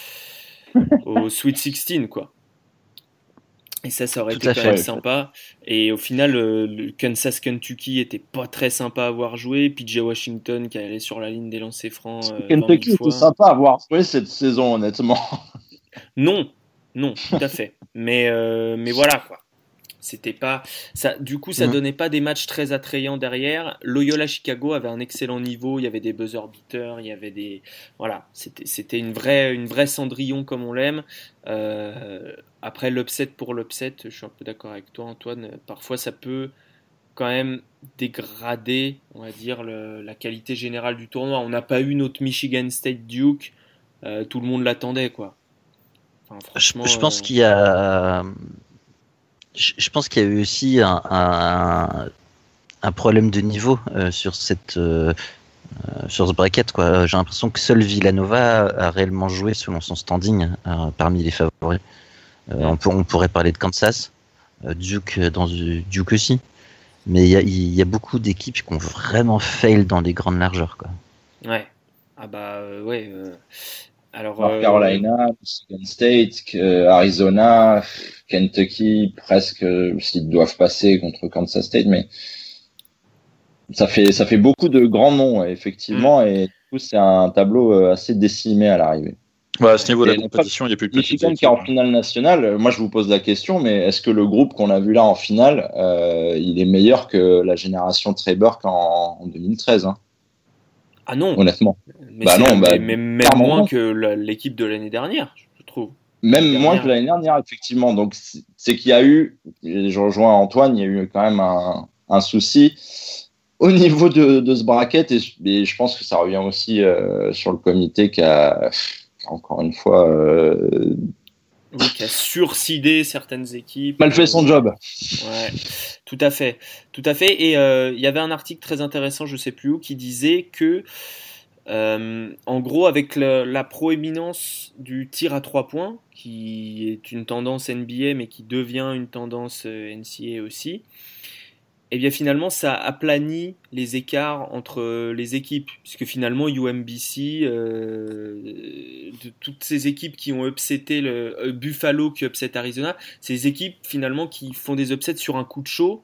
au Sweet sixteen, quoi. Et ça, ça aurait Tout été quand fait, même ouais. sympa. Et au final, le, le Kansas-Kentucky était pas très sympa à avoir joué. P J Washington qui allait sur la ligne des lancers francs. Euh, Kentucky était sympa à avoir joué cette saison, honnêtement. Non, non, tout à fait. Mais, euh, mais voilà, quoi. C'était pas ça. Du coup, ça Mhm. donnait pas des matchs très attrayants derrière. Loyola Chicago avait un excellent niveau. Il y avait des buzzer beaters. Il y avait des voilà. C'était c'était une vraie une vraie Cendrillon comme on l'aime. Euh, après l'upset pour l'upset, je suis un peu d'accord avec toi, Antoine. Parfois, ça peut quand même dégrader, on va dire, le- la qualité générale du tournoi. On n'a pas eu notre Michigan State Duke. Euh, tout le monde l'attendait, quoi. Enfin, Je, franchement, je pense euh, qu'il y a, je, je pense qu'il y a eu aussi un, un, un problème de niveau euh, sur cette, euh, euh, sur ce bracket, quoi. J'ai l'impression que seul Villanova a réellement joué selon son standing euh, parmi les favoris. Euh, on, peut, on pourrait parler de Kansas, euh, Duke euh, dans Duke aussi, mais il y a, il y a beaucoup d'équipes qui ont vraiment fail dans les grandes largeurs, quoi. ouais. Ah bah euh, ouais. euh, Alors, North euh, Carolina, Michigan State, euh, Arizona, Kentucky, presque euh, s'ils doivent passer contre Kansas State, mais ça fait ça fait beaucoup de grands noms ouais, effectivement, et du coup c'est un tableau euh, assez décimé à l'arrivée. Ouais, à ce niveau de Et la compétition, il n'y a plus de petites Michigan équipes. qui est en finale nationale, euh, moi je vous pose la question, mais est-ce que le groupe qu'on a vu là en finale, euh, il est meilleur que la génération Trey Burke en, en deux mille treize, hein, ah non. honnêtement. Mais, Bah c'est- non, bah, mais, mais même clairement moins non. que la- l'équipe de l'année dernière, je trouve. Même L'année moins dernière. que l'année dernière, effectivement. Donc, c'est c'est qu'il y a eu, et je rejoins Antoine, il y a eu quand même un, un souci au niveau de, de ce bracket, et, et je pense que ça revient aussi euh, sur le comité qui a, qui a encore une fois, euh, Oui, qui a sursidé certaines équipes. mal fait son euh, job. Ouais, tout à fait, tout à fait. Et euh, il y avait un article très intéressant, je sais plus où, qui disait que, euh, en gros, avec le- la proéminence du tir à trois points, qui est une tendance N B A mais qui devient une tendance euh, N C A A aussi, et bien finalement ça aplanit les écarts entre euh, les équipes, puisque finalement U M B C, euh, de toutes ces équipes qui ont upseté le euh, Buffalo qui upset Arizona, c'est des équipes finalement qui font des upsets sur un coup de chaud.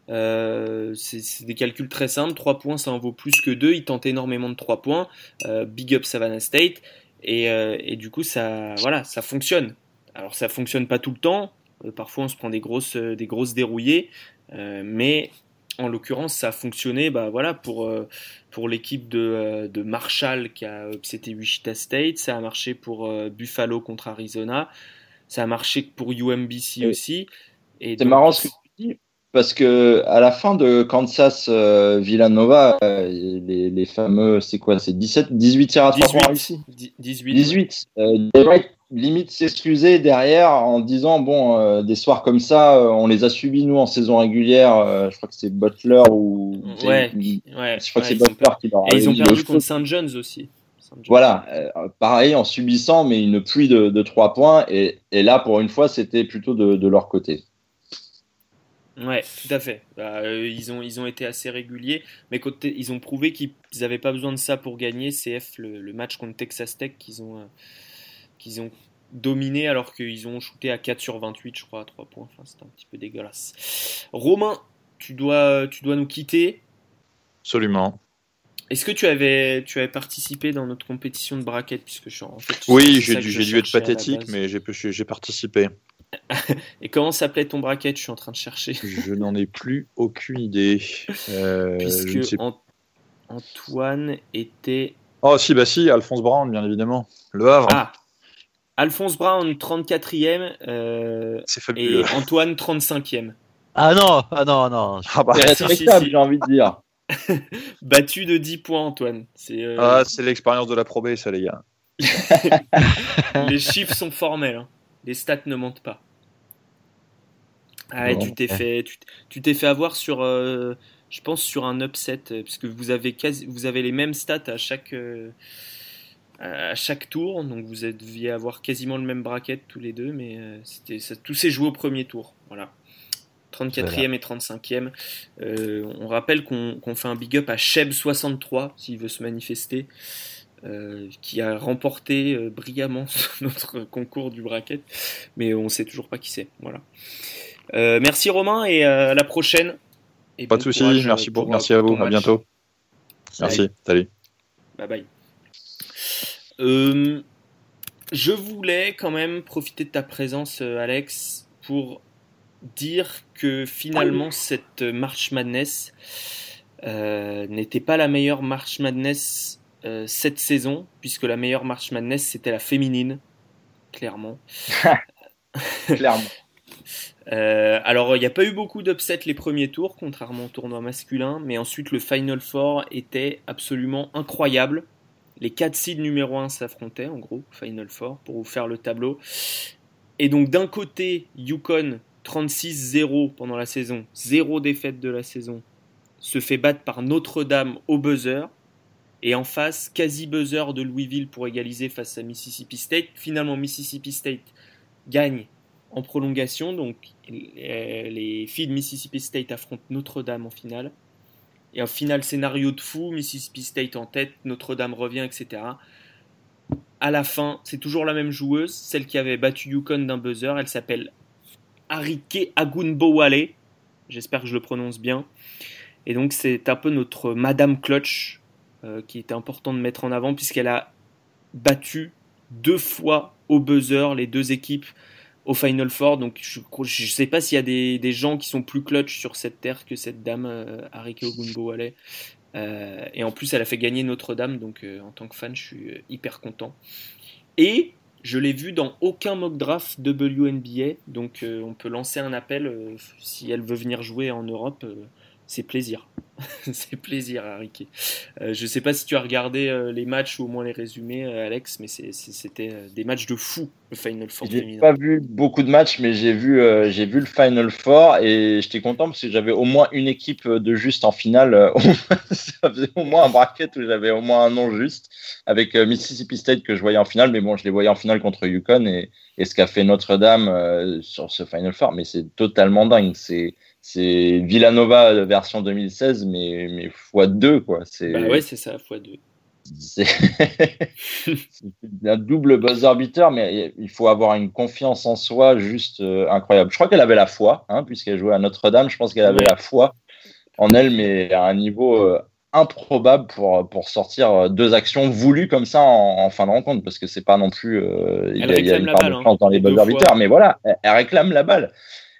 Euh, c'est, c'est des calculs très simples, trois points ça en vaut plus que deux, ils tentent énormément de trois points, euh, big up Savannah State, et, euh, et du coup ça, voilà, ça fonctionne. Alors ça fonctionne pas tout le temps, euh, parfois on se prend des grosses, euh, des grosses dérouillées, euh, mais en l'occurrence, ça a fonctionné bah, voilà, pour, euh, pour l'équipe de, euh, de Marshall qui a upseté Wichita State, ça a marché pour euh, Buffalo contre Arizona, ça a marché pour U M B C Et aussi. Et c'est donc, marrant ce que tu dis, parce que à la fin de Kansas euh, Villanova, euh, les, les fameux, c'est quoi, c'est dix-sept, dix-huit tirs à trois points réussis. dix-huit, dix-huit, dix-huit. Euh, il devrait limite s'excuser derrière en disant bon, euh, des soirs comme ça, euh, on les a subis nous en saison régulière. Euh, je crois que c'est Butler ou ouais, c'est- ouais, je crois ouais, que c'est ils ont Butler qui leur et avait ils ont mis le perdu feu. contre Saint John's aussi. Saint John's. Voilà, euh, pareil en subissant, mais une pluie de, de trois points. Et, et là, pour une fois, c'était plutôt de, de leur côté. Ouais, tout à fait. Bah, euh, ils, ont, ils ont été assez réguliers, mais côté, ils ont prouvé qu'ils n'avaient pas besoin de ça pour gagner. C F, le, le match contre Texas Tech qu'ils ont, euh, qu'ils ont dominé alors qu'ils ont shooté à quatre sur vingt-huit, je crois, à trois points. Enfin, c'était un petit peu dégueulasse. Romain, tu dois, tu dois nous quitter. Absolument. Est-ce que tu avais, tu avais participé dans notre compétition de bracket puisque je suis en fait, Oui, c'est j'ai ça dû, que je j'ai dû être cherchais à la pathétique, base. mais j'ai, j'ai, j'ai participé. Et comment s'appelait ton bracket? Je suis en train de chercher. Je n'en ai plus aucune idée. Euh, je ne Puisque sais... An- Antoine était. Oh, si, bah si, Alphonse Brown, bien évidemment. Le Havre. Ah, Alphonse Brown, trente-quatrième, euh, C'est fabuleux. et Antoine, trente-cinquième. Ah non, ah non, non. Ah, bah, C'est si, respectable, si, si. j'ai envie de dire. Battu de dix points, Antoine. C'est, euh, ah, c'est l'expérience de la Pro B, ça, les gars. les chiffres sont formels, hein. Les stats ne mentent pas. Ah, et Bon, tu t'es ouais. fait, tu, tu t'es fait avoir sur, euh, je pense sur un upset, euh, puisque vous avez quasi, vous avez les mêmes stats à chaque, euh, à chaque tour, donc vous deviez avoir quasiment le même bracket tous les deux, mais euh, c'était, ça, tout s'est joué au premier tour, voilà. trente-quatrième et trente-cinquième. Euh, on rappelle qu'on, qu'on fait un big up à Cheb soixante-trois s'il veut se manifester. Euh, qui a remporté euh, brillamment notre concours du bracket, mais on sait toujours pas qui c'est. Voilà. Euh, merci Romain et euh, à la prochaine. Et Pas bon de soucis, courage, merci, euh, pour, pour, merci euh, à pour vous, ton à match. bientôt. Salut. Merci, salut. Bye bye. Euh, je voulais quand même profiter de ta présence, euh, Alex, pour dire que finalement cette March Madness euh, n'était pas la meilleure March Madness euh, cette saison, puisque la meilleure March Madness c'était la féminine, clairement. Clairement. Euh, alors, il n'y a pas eu beaucoup d'upsets les premiers tours, contrairement au tournoi masculin, mais ensuite le Final Four était absolument incroyable. Les quatre seeds numéro un s'affrontaient, en gros, Final Four, pour vous faire le tableau. Et donc, d'un côté, UConn, trente-six zéro pendant la saison, zéro défaite de la saison, se fait battre par Notre-Dame au buzzer. Et en face, quasi buzzer de Louisville pour égaliser face à Mississippi State. Finalement, Mississippi State gagne en prolongation. Donc, les filles de Mississippi State affrontent Notre-Dame en finale. Et en finale, scénario de fou, Mississippi State en tête, Notre-Dame revient, et cetera. À la fin, c'est toujours la même joueuse, celle qui avait battu UConn d'un buzzer. Elle s'appelle Arike Ogunbowale. J'espère que je le prononce bien. Et donc, c'est un peu notre Madame Clutch, Euh, qui était important de mettre en avant puisqu'elle a battu deux fois au buzzer les deux équipes au Final Four. Donc je ne sais pas s'il y a des, des gens qui sont plus clutch sur cette terre que cette dame, euh, Arike Ogunbowale. Euh, et en plus, elle a fait gagner Notre-Dame, donc euh, en tant que fan, je suis euh, hyper content. Et je l'ai vu dans aucun mock draft W N B A, donc euh, on peut lancer un appel euh, si elle veut venir jouer en Europe. Euh, c'est plaisir. C'est plaisir, Arike. Euh, je ne sais pas si tu as regardé euh, les matchs ou au moins les résumés, euh, Alex, mais c'est, c'est, c'était euh, des matchs de fou, le Final Four J'ai féminin. pas vu beaucoup de matchs, mais j'ai vu, euh, j'ai vu le Final Four et j'étais content parce que j'avais au moins une équipe de juste en finale. Euh, ça faisait au moins un bracket où j'avais au moins un nom juste avec euh, Mississippi State que je voyais en finale, mais bon, je les voyais en finale contre UConn et, et ce qu'a fait Notre-Dame euh, sur ce Final Four, mais c'est totalement dingue. C'est C'est Villanova version deux mille seize, mais, mais fois deux, quoi. C'est, bah ouais, c'est ça, fois deux. C'est... c'est un double buzzer beater, mais il faut avoir une confiance en soi juste euh, incroyable. Je crois qu'elle avait la foi, hein, puisqu'elle jouait à Notre-Dame. Je pense qu'elle avait ouais. la foi en elle, mais à un niveau euh, improbable pour, pour sortir deux actions voulues comme ça en, en fin de rencontre, parce que c'est pas non plus. Euh, il y a, il y a une part balle, de chance hein, dans les buzzer beaters, mais voilà, elle, elle réclame la balle.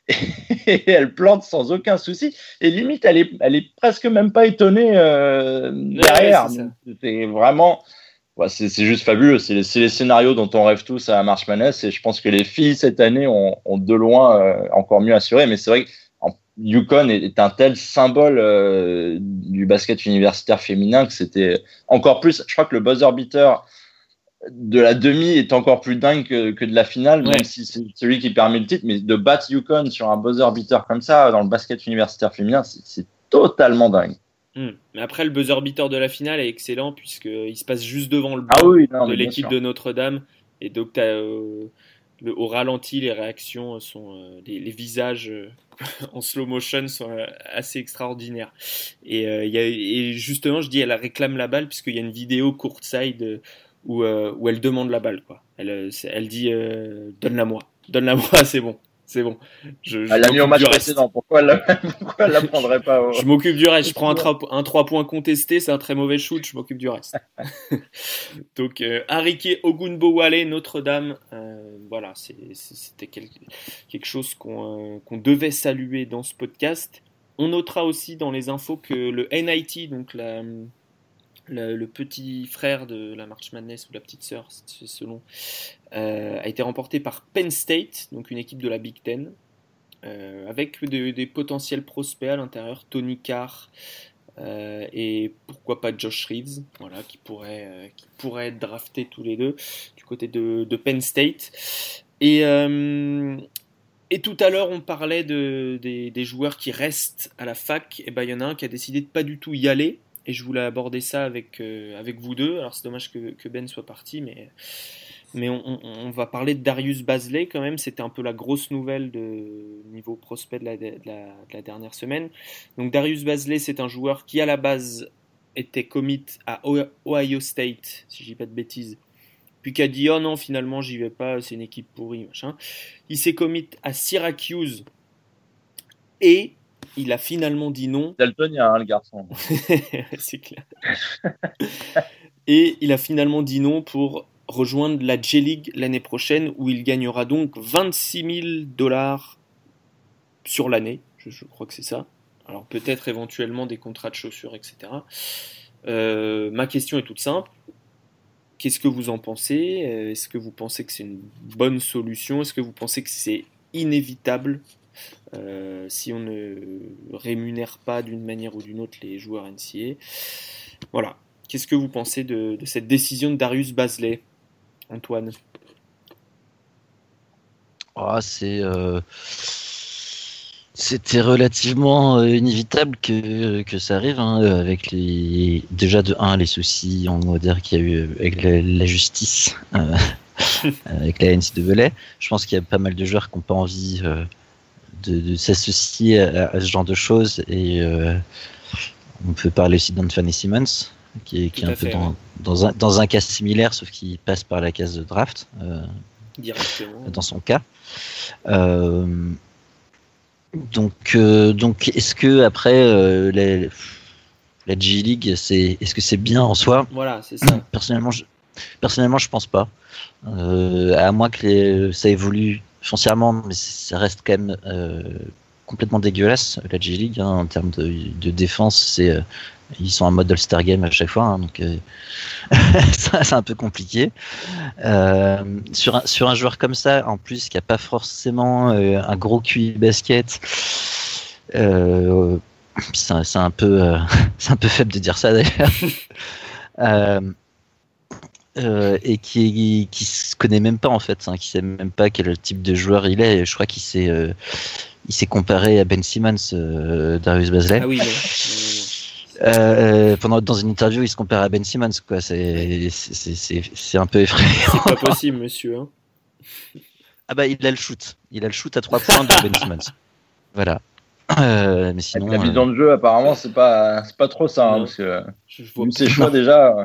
Et elle plante sans aucun souci et limite elle est, elle est presque même pas étonnée euh, derrière. Ouais, c'est, c'est vraiment ouais, c'est, c'est juste fabuleux, c'est les, c'est les scénarios dont on rêve tous à March Madness et je pense que les filles cette année ont, ont de loin euh, encore mieux assuré, mais c'est vrai que UConn est, est un tel symbole euh, du basket universitaire féminin que c'était encore plus, je crois que le buzzer beater de la demi est encore plus dingue que, que de la finale, ouais. Même si c'est celui qui permet le titre, mais de battre UConn sur un buzzer beater comme ça dans le basket universitaire féminin, c'est, c'est totalement dingue. Mmh. Mais après, le buzzer beater de la finale est excellent puisqu'il se passe juste devant le banc ah oui, non, de l'équipe de Notre-Dame et donc t'as, euh, le, au ralenti, les réactions sont, euh, les, les visages euh, en slow motion sont euh, assez extraordinaires. Et, euh, y a, et justement, je dis, elle réclame la balle puisqu'il y a une vidéo courtside euh, Où, euh, où elle demande la balle, quoi. Elle, elle dit euh, donne-la moi, donne-la moi, c'est bon, c'est bon. Je, je elle l'a mis au match précédent, pourquoi elle, pourquoi elle la prendrait pas au... Je m'occupe du reste, je prends un, tra- un trois points contesté, c'est un très mauvais shoot, je m'occupe du reste. Donc, euh, Arike Ogunbowale, Notre-Dame, euh, voilà, c'est, c'est, c'était quelque, quelque chose qu'on, euh, qu'on devait saluer dans ce podcast. On notera aussi dans les infos que le N I T, donc la... Le, le petit frère de la March Madness ou la petite sœur, selon, euh, a été remporté par Penn State, donc une équipe de la Big Ten, euh, avec de, des potentiels prospects à l'intérieur, Tony Carr euh, et pourquoi pas Josh Reeves, voilà, qui pourraient euh, qui pourraient être draftés tous les deux du côté de, de Penn State. Et euh, Et tout à l'heure, on parlait de, des, des joueurs qui restent à la fac. Et ben, il y en a un qui a décidé de pas du tout y aller. Et je voulais aborder ça avec, euh, avec vous deux. Alors, c'est dommage que, que Ben soit parti, mais, mais on, on, on va parler de Darius Bazley quand même. C'était un peu la grosse nouvelle de niveau prospect de la, de la, de la dernière semaine. Donc, Darius Bazley, c'est un joueur qui, à la base, était commit à Ohio State, si je dis pas de bêtises. Puis qui a dit « Oh non, finalement, j'y vais pas, c'est une équipe pourrie. » machin. Il s'est commit à Syracuse et il a finalement dit non. Daltonien, hein, le garçon. C'est clair. Et il a finalement dit non pour rejoindre la J-League l'année prochaine où il gagnera donc vingt-six mille dollars sur l'année, je, je crois que c'est ça. Alors peut-être éventuellement des contrats de chaussures, et cetera. Euh, ma question est toute simple. Qu'est-ce que vous en pensez ? Est-ce que vous pensez que c'est une bonne solution ? Est-ce que vous pensez que c'est inévitable euh, si on ne rémunère pas d'une manière ou d'une autre les joueurs N C A A ? Voilà. Qu'est-ce que vous pensez de, de cette décision de Darius Bazley, Antoine ? Oh, c'est, euh, c'était relativement euh, inévitable que, que ça arrive, hein, avec les, déjà de un, les soucis, on va dire, qu'il y a eu avec la, la justice, euh, avec la N C A A. Je pense qu'il y a pas mal de joueurs qui n'ont pas envie euh, de, de s'associer à, à ce genre de choses, et euh, on peut parler aussi d'Anthony Simmons, qui est, qui est un peu fait, dans, ouais. dans, un, dans un cas similaire, sauf qu'il passe par la case de draft, euh, directement. Dans son cas. Euh, donc, euh, donc, est-ce que après euh, la, la G League, c'est, est-ce que c'est bien en soi ? Voilà, c'est ça. Personnellement, je, personnellement, je pense pas. Euh, à moins que les, ça évolue foncièrement, mais ça reste quand même euh, complètement dégueulasse, la G League, hein, en termes de, de défense. C'est, euh, ils sont en mode All-Star Game à chaque fois, hein, donc euh, ça, c'est un peu compliqué. Euh, sur, un, sur un joueur comme ça, en plus, qui n'a pas forcément euh, un gros Q I basket, euh, c'est, c'est, un peu, euh, c'est un peu faible de dire ça d'ailleurs. euh, Euh, et qui qui se connaît même pas en fait, hein, qui sait même pas quel type de joueur il est. Je crois qu'il s'est euh, il s'est comparé à Ben Simmons, euh, Darius Bazley. Ah oui, non. non, non. Euh, pendant dans une interview, il se compare à Ben Simmons, quoi. C'est c'est c'est c'est un peu effrayant. C'est pas possible, monsieur. Hein. Ah bah il a le shoot, il a le shoot à trois points de Ben Simmons. Voilà. Euh, mais sinon. La vision euh... de jeu, apparemment, c'est pas c'est pas trop ça, hein, Non. parce que Je, je vois vu ses choix déjà.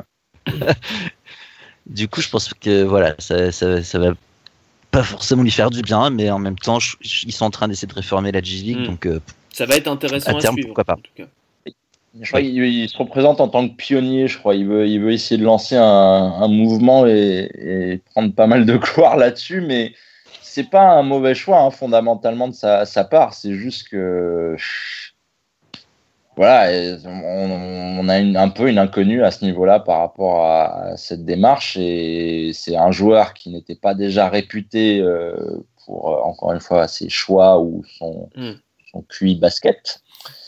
Du coup, je pense que voilà, ça, ça, ça va pas forcément lui faire du bien, mais en même temps, je, je, ils sont en train d'essayer de réformer la G League, Mm. donc euh, ça va être intéressant à terme, à suivre. pourquoi pas. En tout cas. Je crois qu'il il se représente en tant que pionnier, je crois. Il veut, il veut essayer de lancer un, un mouvement et, et prendre pas mal de gloire là-dessus, mais c'est pas un mauvais choix, hein, fondamentalement, de sa, sa part. C'est juste que. Voilà, on, on a une, un peu une inconnue à ce niveau-là par rapport à, à cette démarche, et c'est un joueur qui n'était pas déjà réputé euh, pour, encore une fois, ses choix ou son, Mm. son Q I basket.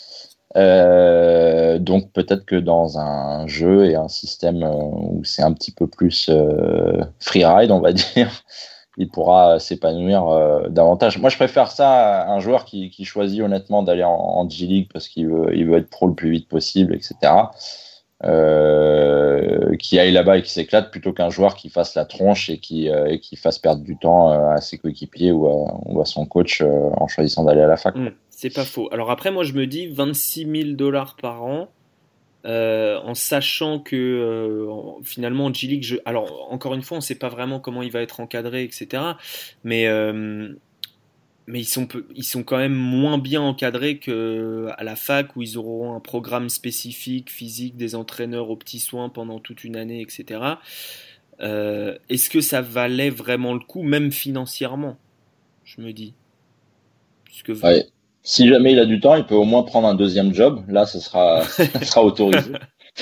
Euh, donc peut-être que dans un jeu et un système où c'est un petit peu plus euh, freeride, on va dire, il pourra s'épanouir euh, davantage. Moi, je préfère ça à un joueur qui, qui choisit honnêtement d'aller en, en G League parce qu'il veut, il veut être pro le plus vite possible, et cetera. Euh, qui aille là-bas et qui s'éclate, plutôt qu'un joueur qui fasse la tronche et qui, euh, et qui fasse perdre du temps euh, à ses coéquipiers ou à, ou à son coach euh, en choisissant d'aller à la fac. Mm. C'est pas faux. Alors après, moi, je me dis vingt-six mille dollars par an. Euh, en sachant que euh, en, finalement en G League, je... alors encore une fois, on ne sait pas vraiment comment il va être encadré, et cetera. Mais euh, mais ils sont ils sont quand même moins bien encadrés que à la fac où ils auront un programme spécifique, physique, des entraîneurs aux petits soins pendant toute une année, et cetera. Euh, est-ce que ça valait vraiment le coup, même financièrement ? Je me dis. Puisque vous... Ouais. Si jamais il a du temps, il peut au moins prendre un deuxième job. Là, ce sera, ça sera autorisé.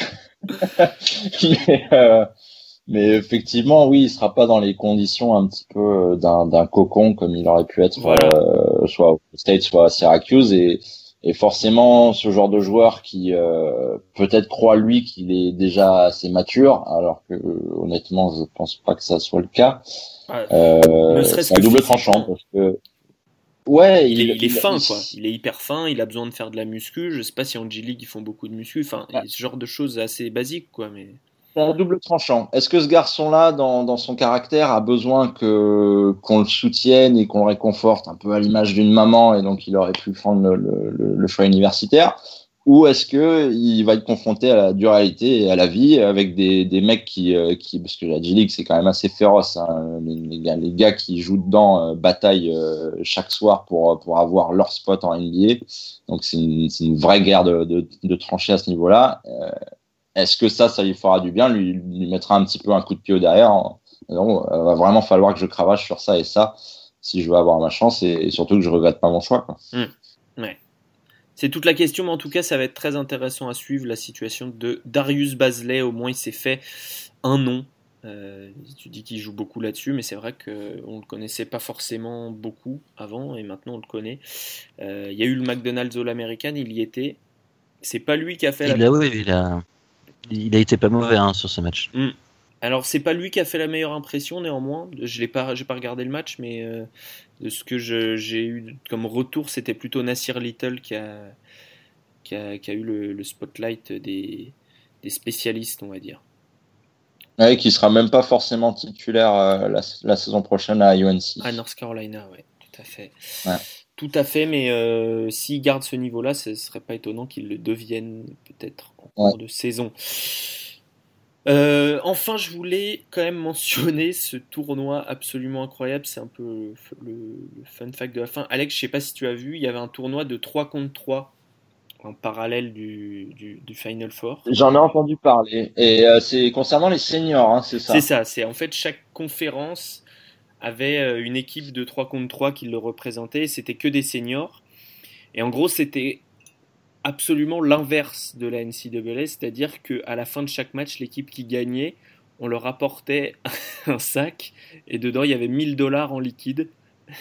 mais, euh, mais effectivement, oui, il sera pas dans les conditions un petit peu d'un, d'un cocon comme il aurait pu être, Voilà. euh, soit au State, soit à Syracuse. Et, et forcément, ce genre de joueur qui euh, peut-être croit lui qu'il est déjà assez mature, alors que euh, honnêtement, je pense pas que ça soit le cas. Ah, Euh, ne serait-ce c'est que un double physiquement. tranchant parce que. Ouais, Il est, il est il- fin, il- quoi. Il est hyper fin, il a besoin de faire de la muscu. Je sais pas si en G League ils font beaucoup de muscu. Enfin, il y a ce genre de choses assez basiques, quoi. Mais C'est un double tranchant. Est-ce que ce garçon-là, dans, dans son caractère, a besoin que qu'on le soutienne et qu'on le réconforte, un peu à l'image d'une maman, et donc il aurait pu prendre le, le, le choix universitaire, ou est-ce que il va être confronté à la dure réalité et à la vie avec des, des mecs qui, euh, qui, parce que la G League c'est quand même assez féroce, hein, les, les gars, les gars qui jouent dedans euh, bataillent euh, chaque soir pour pour avoir leur spot en N B A, donc c'est une, c'est une vraie guerre de, de, de tranchées à ce niveau-là. Euh, Est-ce que ça, ça lui fera du bien, lui, lui mettra un petit peu un coup de pied au derrière en disant, il va vraiment falloir que je cravache sur ça et ça si je veux avoir ma chance, et, et surtout que je regrette pas mon choix, quoi. mmh. Ouais. C'est toute la question, mais en tout cas, ça va être très intéressant à suivre la situation de Darius Bazley. Au moins, il s'est fait un nom. Euh, tu dis qu'il joue beaucoup là-dessus, mais c'est vrai qu'on ne le connaissait pas forcément beaucoup avant, et maintenant on le connaît. Euh, il y a eu le McDonald's All-American, il y était. C'est pas lui qui a fait il la... a, oui, il a, il a été pas mauvais hein, sur ce match. Mm. Alors, c'est pas lui qui a fait la meilleure impression, néanmoins. Je l'ai pas, j'ai pas regardé le match, mais euh, de ce que je, j'ai eu comme retour, c'était plutôt Nasir Little qui a, qui a, qui a eu le, le spotlight des, des spécialistes, on va dire. Ouais, qui sera même pas forcément titulaire euh, la, la saison prochaine à U N C. À North Carolina, ouais, tout à fait. Ouais. Tout à fait, mais euh, s'il garde ce niveau-là, ce serait pas étonnant qu'il le devienne peut-être en cours Ouais. de saison. Euh, enfin, je voulais quand même mentionner ce tournoi absolument incroyable. C'est un peu le, le, le fun fact de la fin. Alex, je sais pas si tu as vu, il y avait un tournoi de trois contre trois en parallèle du, du, du Final Four. J'en ai entendu parler. Et euh, c'est concernant les seniors, hein, c'est ça. C'est ça. C'est en fait chaque conférence avait une équipe de trois contre trois qui le représentait. C'était que des seniors. Et en gros, c'était absolument l'inverse de la N C A A, c'est-à-dire qu'à la fin de chaque match, l'équipe qui gagnait, on leur apportait un sac et dedans il y avait mille dollars en liquide.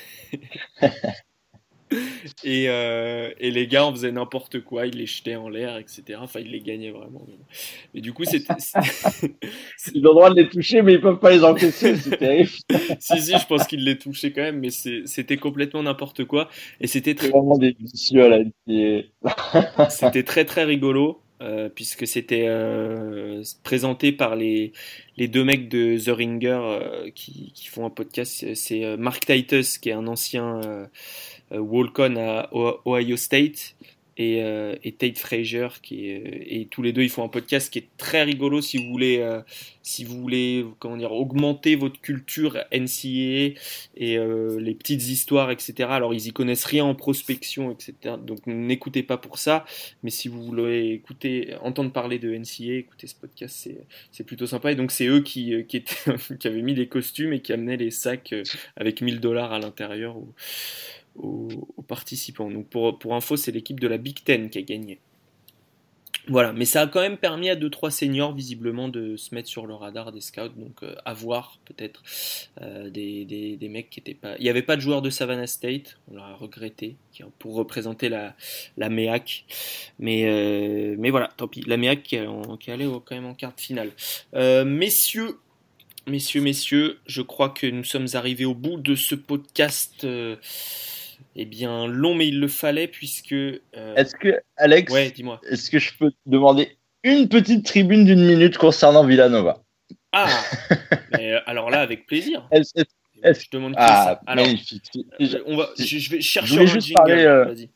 et, euh, et les gars, on faisait n'importe quoi, ils les jetaient en l'air, et cetera. Enfin, ils les gagnaient vraiment. Mais du coup, c'était. Ils ont le droit de les toucher, mais ils peuvent pas les encaisser, c'est terrible. si, si, je pense qu'ils les touchaient quand même, mais c'est... c'était complètement n'importe quoi. Et c'était très. Vraiment des vicieux à la N C A A. C'était très très rigolo. Euh, puisque c'était euh, présenté par les, les deux mecs de The Ringer euh, qui, qui font un podcast. C'est euh, Mark Titus, qui est un ancien euh, euh, walk-on à Ohio State, et, euh, et Tate Frazier, qui est, et tous les deux ils font un podcast qui est très rigolo si vous voulez, euh, si vous voulez comment dire, augmenter votre culture N C A A et euh, les petites histoires, et cetera. Alors ils y connaissent rien en prospection, et cetera. Donc n'écoutez pas pour ça, mais si vous voulez écouter, entendre parler de N C A A, écoutez ce podcast, c'est, c'est plutôt sympa. Et donc c'est eux qui, qui, étaient, qui avaient mis les costumes et qui amenaient les sacs avec mille dollars à l'intérieur Aux, aux, aux participants. Donc pour, pour info, c'est l'équipe de la Big Ten qui a gagné. Voilà, mais ça a quand même permis à deux trois seniors visiblement de se mettre sur le radar des scouts, donc euh, à voir peut-être euh, des, des, des mecs qui étaient pas... Il n'y avait pas de joueur de Savannah State, on l'a regretté, pour représenter la, la M E A C, mais, euh, mais voilà, tant pis, la M E A C qui est, en, qui est allée au, quand même en quart de finale. Euh, messieurs, messieurs, messieurs, je crois que nous sommes arrivés au bout de ce podcast... Euh, Eh bien, long, mais il le fallait, puisque... Euh... Est-ce que, Alex, ouais, dis-moi. Est-ce que je peux te demander une petite tribune d'une minute concernant Villanova? Ah mais alors là, avec plaisir. Est-ce, est-ce... Je demande qui ah, ça. Alors, magnifique. euh, on va, je, je vais chercher je un juste jingle. Parler, euh... Vas-y.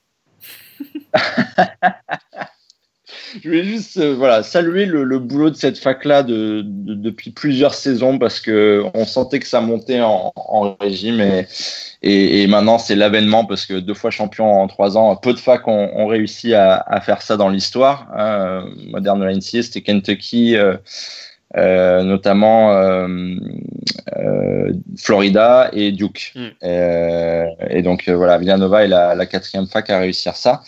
Je voulais juste euh, voilà, saluer le, le boulot de cette fac-là de, de, depuis plusieurs saisons, parce que on sentait que ça montait en, en régime, et, et, et maintenant c'est l'avènement, parce que deux fois champion en trois ans, peu de facs ont, ont réussi à, à faire ça dans l'histoire hein, moderne de la N C A A. C'était Kentucky, euh, euh, notamment euh, euh, Florida et Duke. Mm. Euh, et donc euh, voilà, Villanova est la, la quatrième fac à réussir ça.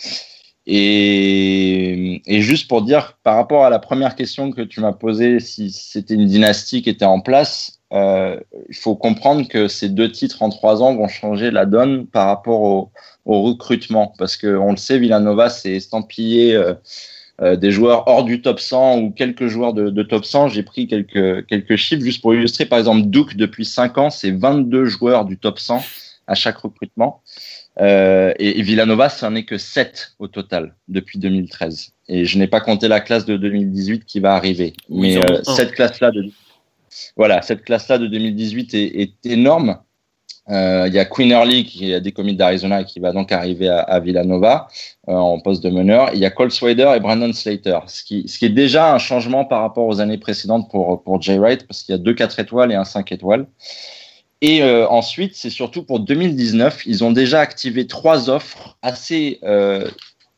Et, et juste pour dire, par rapport à la première question que tu m'as posée, si c'était une dynastie qui était en place, euh, il faut comprendre que ces deux titres en trois ans vont changer la donne par rapport au, au recrutement. Parce qu'on le sait, Villanova s'est estampillé euh, euh, des joueurs hors du top cent ou quelques joueurs de, de top cent. J'ai pris quelques, quelques chiffres juste pour illustrer. Par exemple, Duke, depuis cinq ans, c'est vingt-deux joueurs du top cent à chaque recrutement. Euh, et, et Villanova, ça n'en est que sept au total depuis deux mille treize. Et je n'ai pas compté la classe de deux mille dix-huit qui va arriver. Mais euh, cette classe-là de voilà, cette classe-là de deux mille dix-huit est, est énorme. Euh, il y a Quinn Early qui est décommit d'Arizona et qui va donc arriver à, à Villanova euh, en poste de meneur. Il y a Cole Swider et Brandon Slater, ce qui, ce qui est déjà un changement par rapport aux années précédentes pour pour Jay Wright, parce qu'il y a deux quatre étoiles et un cinq étoiles. Et euh, ensuite, c'est surtout pour deux mille dix-neuf, ils ont déjà activé trois offres assez euh,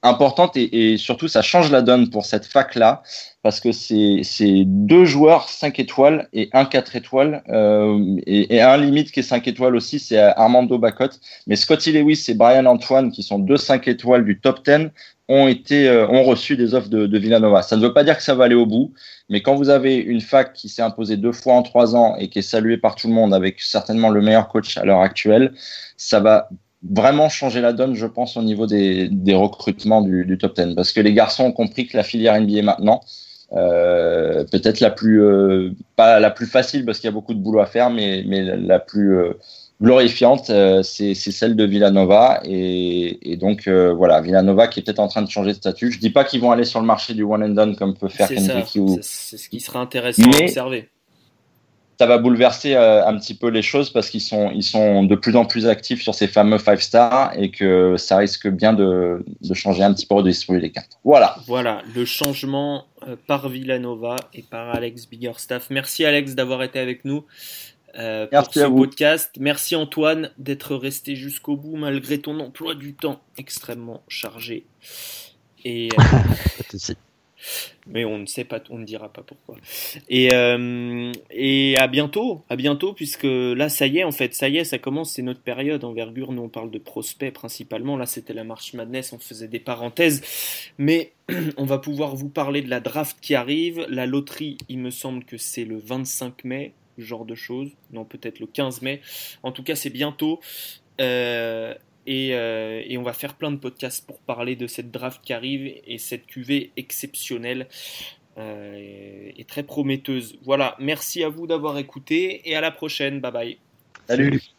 importante et, et surtout ça change la donne pour cette fac-là parce que c'est, c'est deux joueurs cinq étoiles et un quatre étoiles euh, et, et un limite qui est cinq étoiles aussi, c'est Armando Bacot. Mais Scotty Lewis et Brian Antoine, qui sont deux cinq étoiles du top dix, ont, été, euh, ont reçu des offres de, de Villanova. Ça ne veut pas dire que ça va aller au bout, mais quand vous avez une fac qui s'est imposée deux fois en trois ans et qui est saluée par tout le monde avec certainement le meilleur coach à l'heure actuelle, ça va vraiment changer la donne, je pense, au niveau des, des recrutements du, du top dix. Parce que les garçons ont compris que la filière N B A maintenant, euh, peut-être la plus, euh, pas la plus facile parce qu'il y a beaucoup de boulot à faire, mais, mais la plus euh, glorifiante, euh, c'est, c'est celle de Villanova. Et, et donc, euh, voilà, Villanova qui est peut-être en train de changer de statut. Je dis pas qu'ils vont aller sur le marché du one and done comme peut faire Kentucky. Ou... C'est, c'est ce qui sera intéressant mais... à observer. Ça va bouleverser euh, un petit peu les choses parce qu'ils sont, ils sont de plus en plus actifs sur ces fameux five stars et que ça risque bien de, de changer un petit peu, de distribuer les cartes. Voilà. Voilà, le changement euh, par Villanova et par Alex Biggerstaff. Merci Alex d'avoir été avec nous euh, pour ce podcast. Merci Antoine d'être resté jusqu'au bout malgré ton emploi du temps extrêmement chargé. Et euh, mais on ne sait pas, on ne dira pas pourquoi. Et, euh, et à bientôt, à bientôt, puisque là, ça y est, en fait, ça y est, ça commence, c'est notre période envergure. Nous, on parle de prospects principalement. Là, c'était la March Madness, on faisait des parenthèses. Mais on va pouvoir vous parler de la draft qui arrive. La loterie, il me semble que c'est le vingt-cinq mai, ce genre de choses. Non, peut-être le quinze mai. En tout cas, c'est bientôt. Euh, Et, euh, et on va faire plein de podcasts pour parler de cette draft qui arrive et cette Q V exceptionnelle euh, et, et très prometteuse. Voilà, merci à vous d'avoir écouté et à la prochaine. Bye bye. Salut.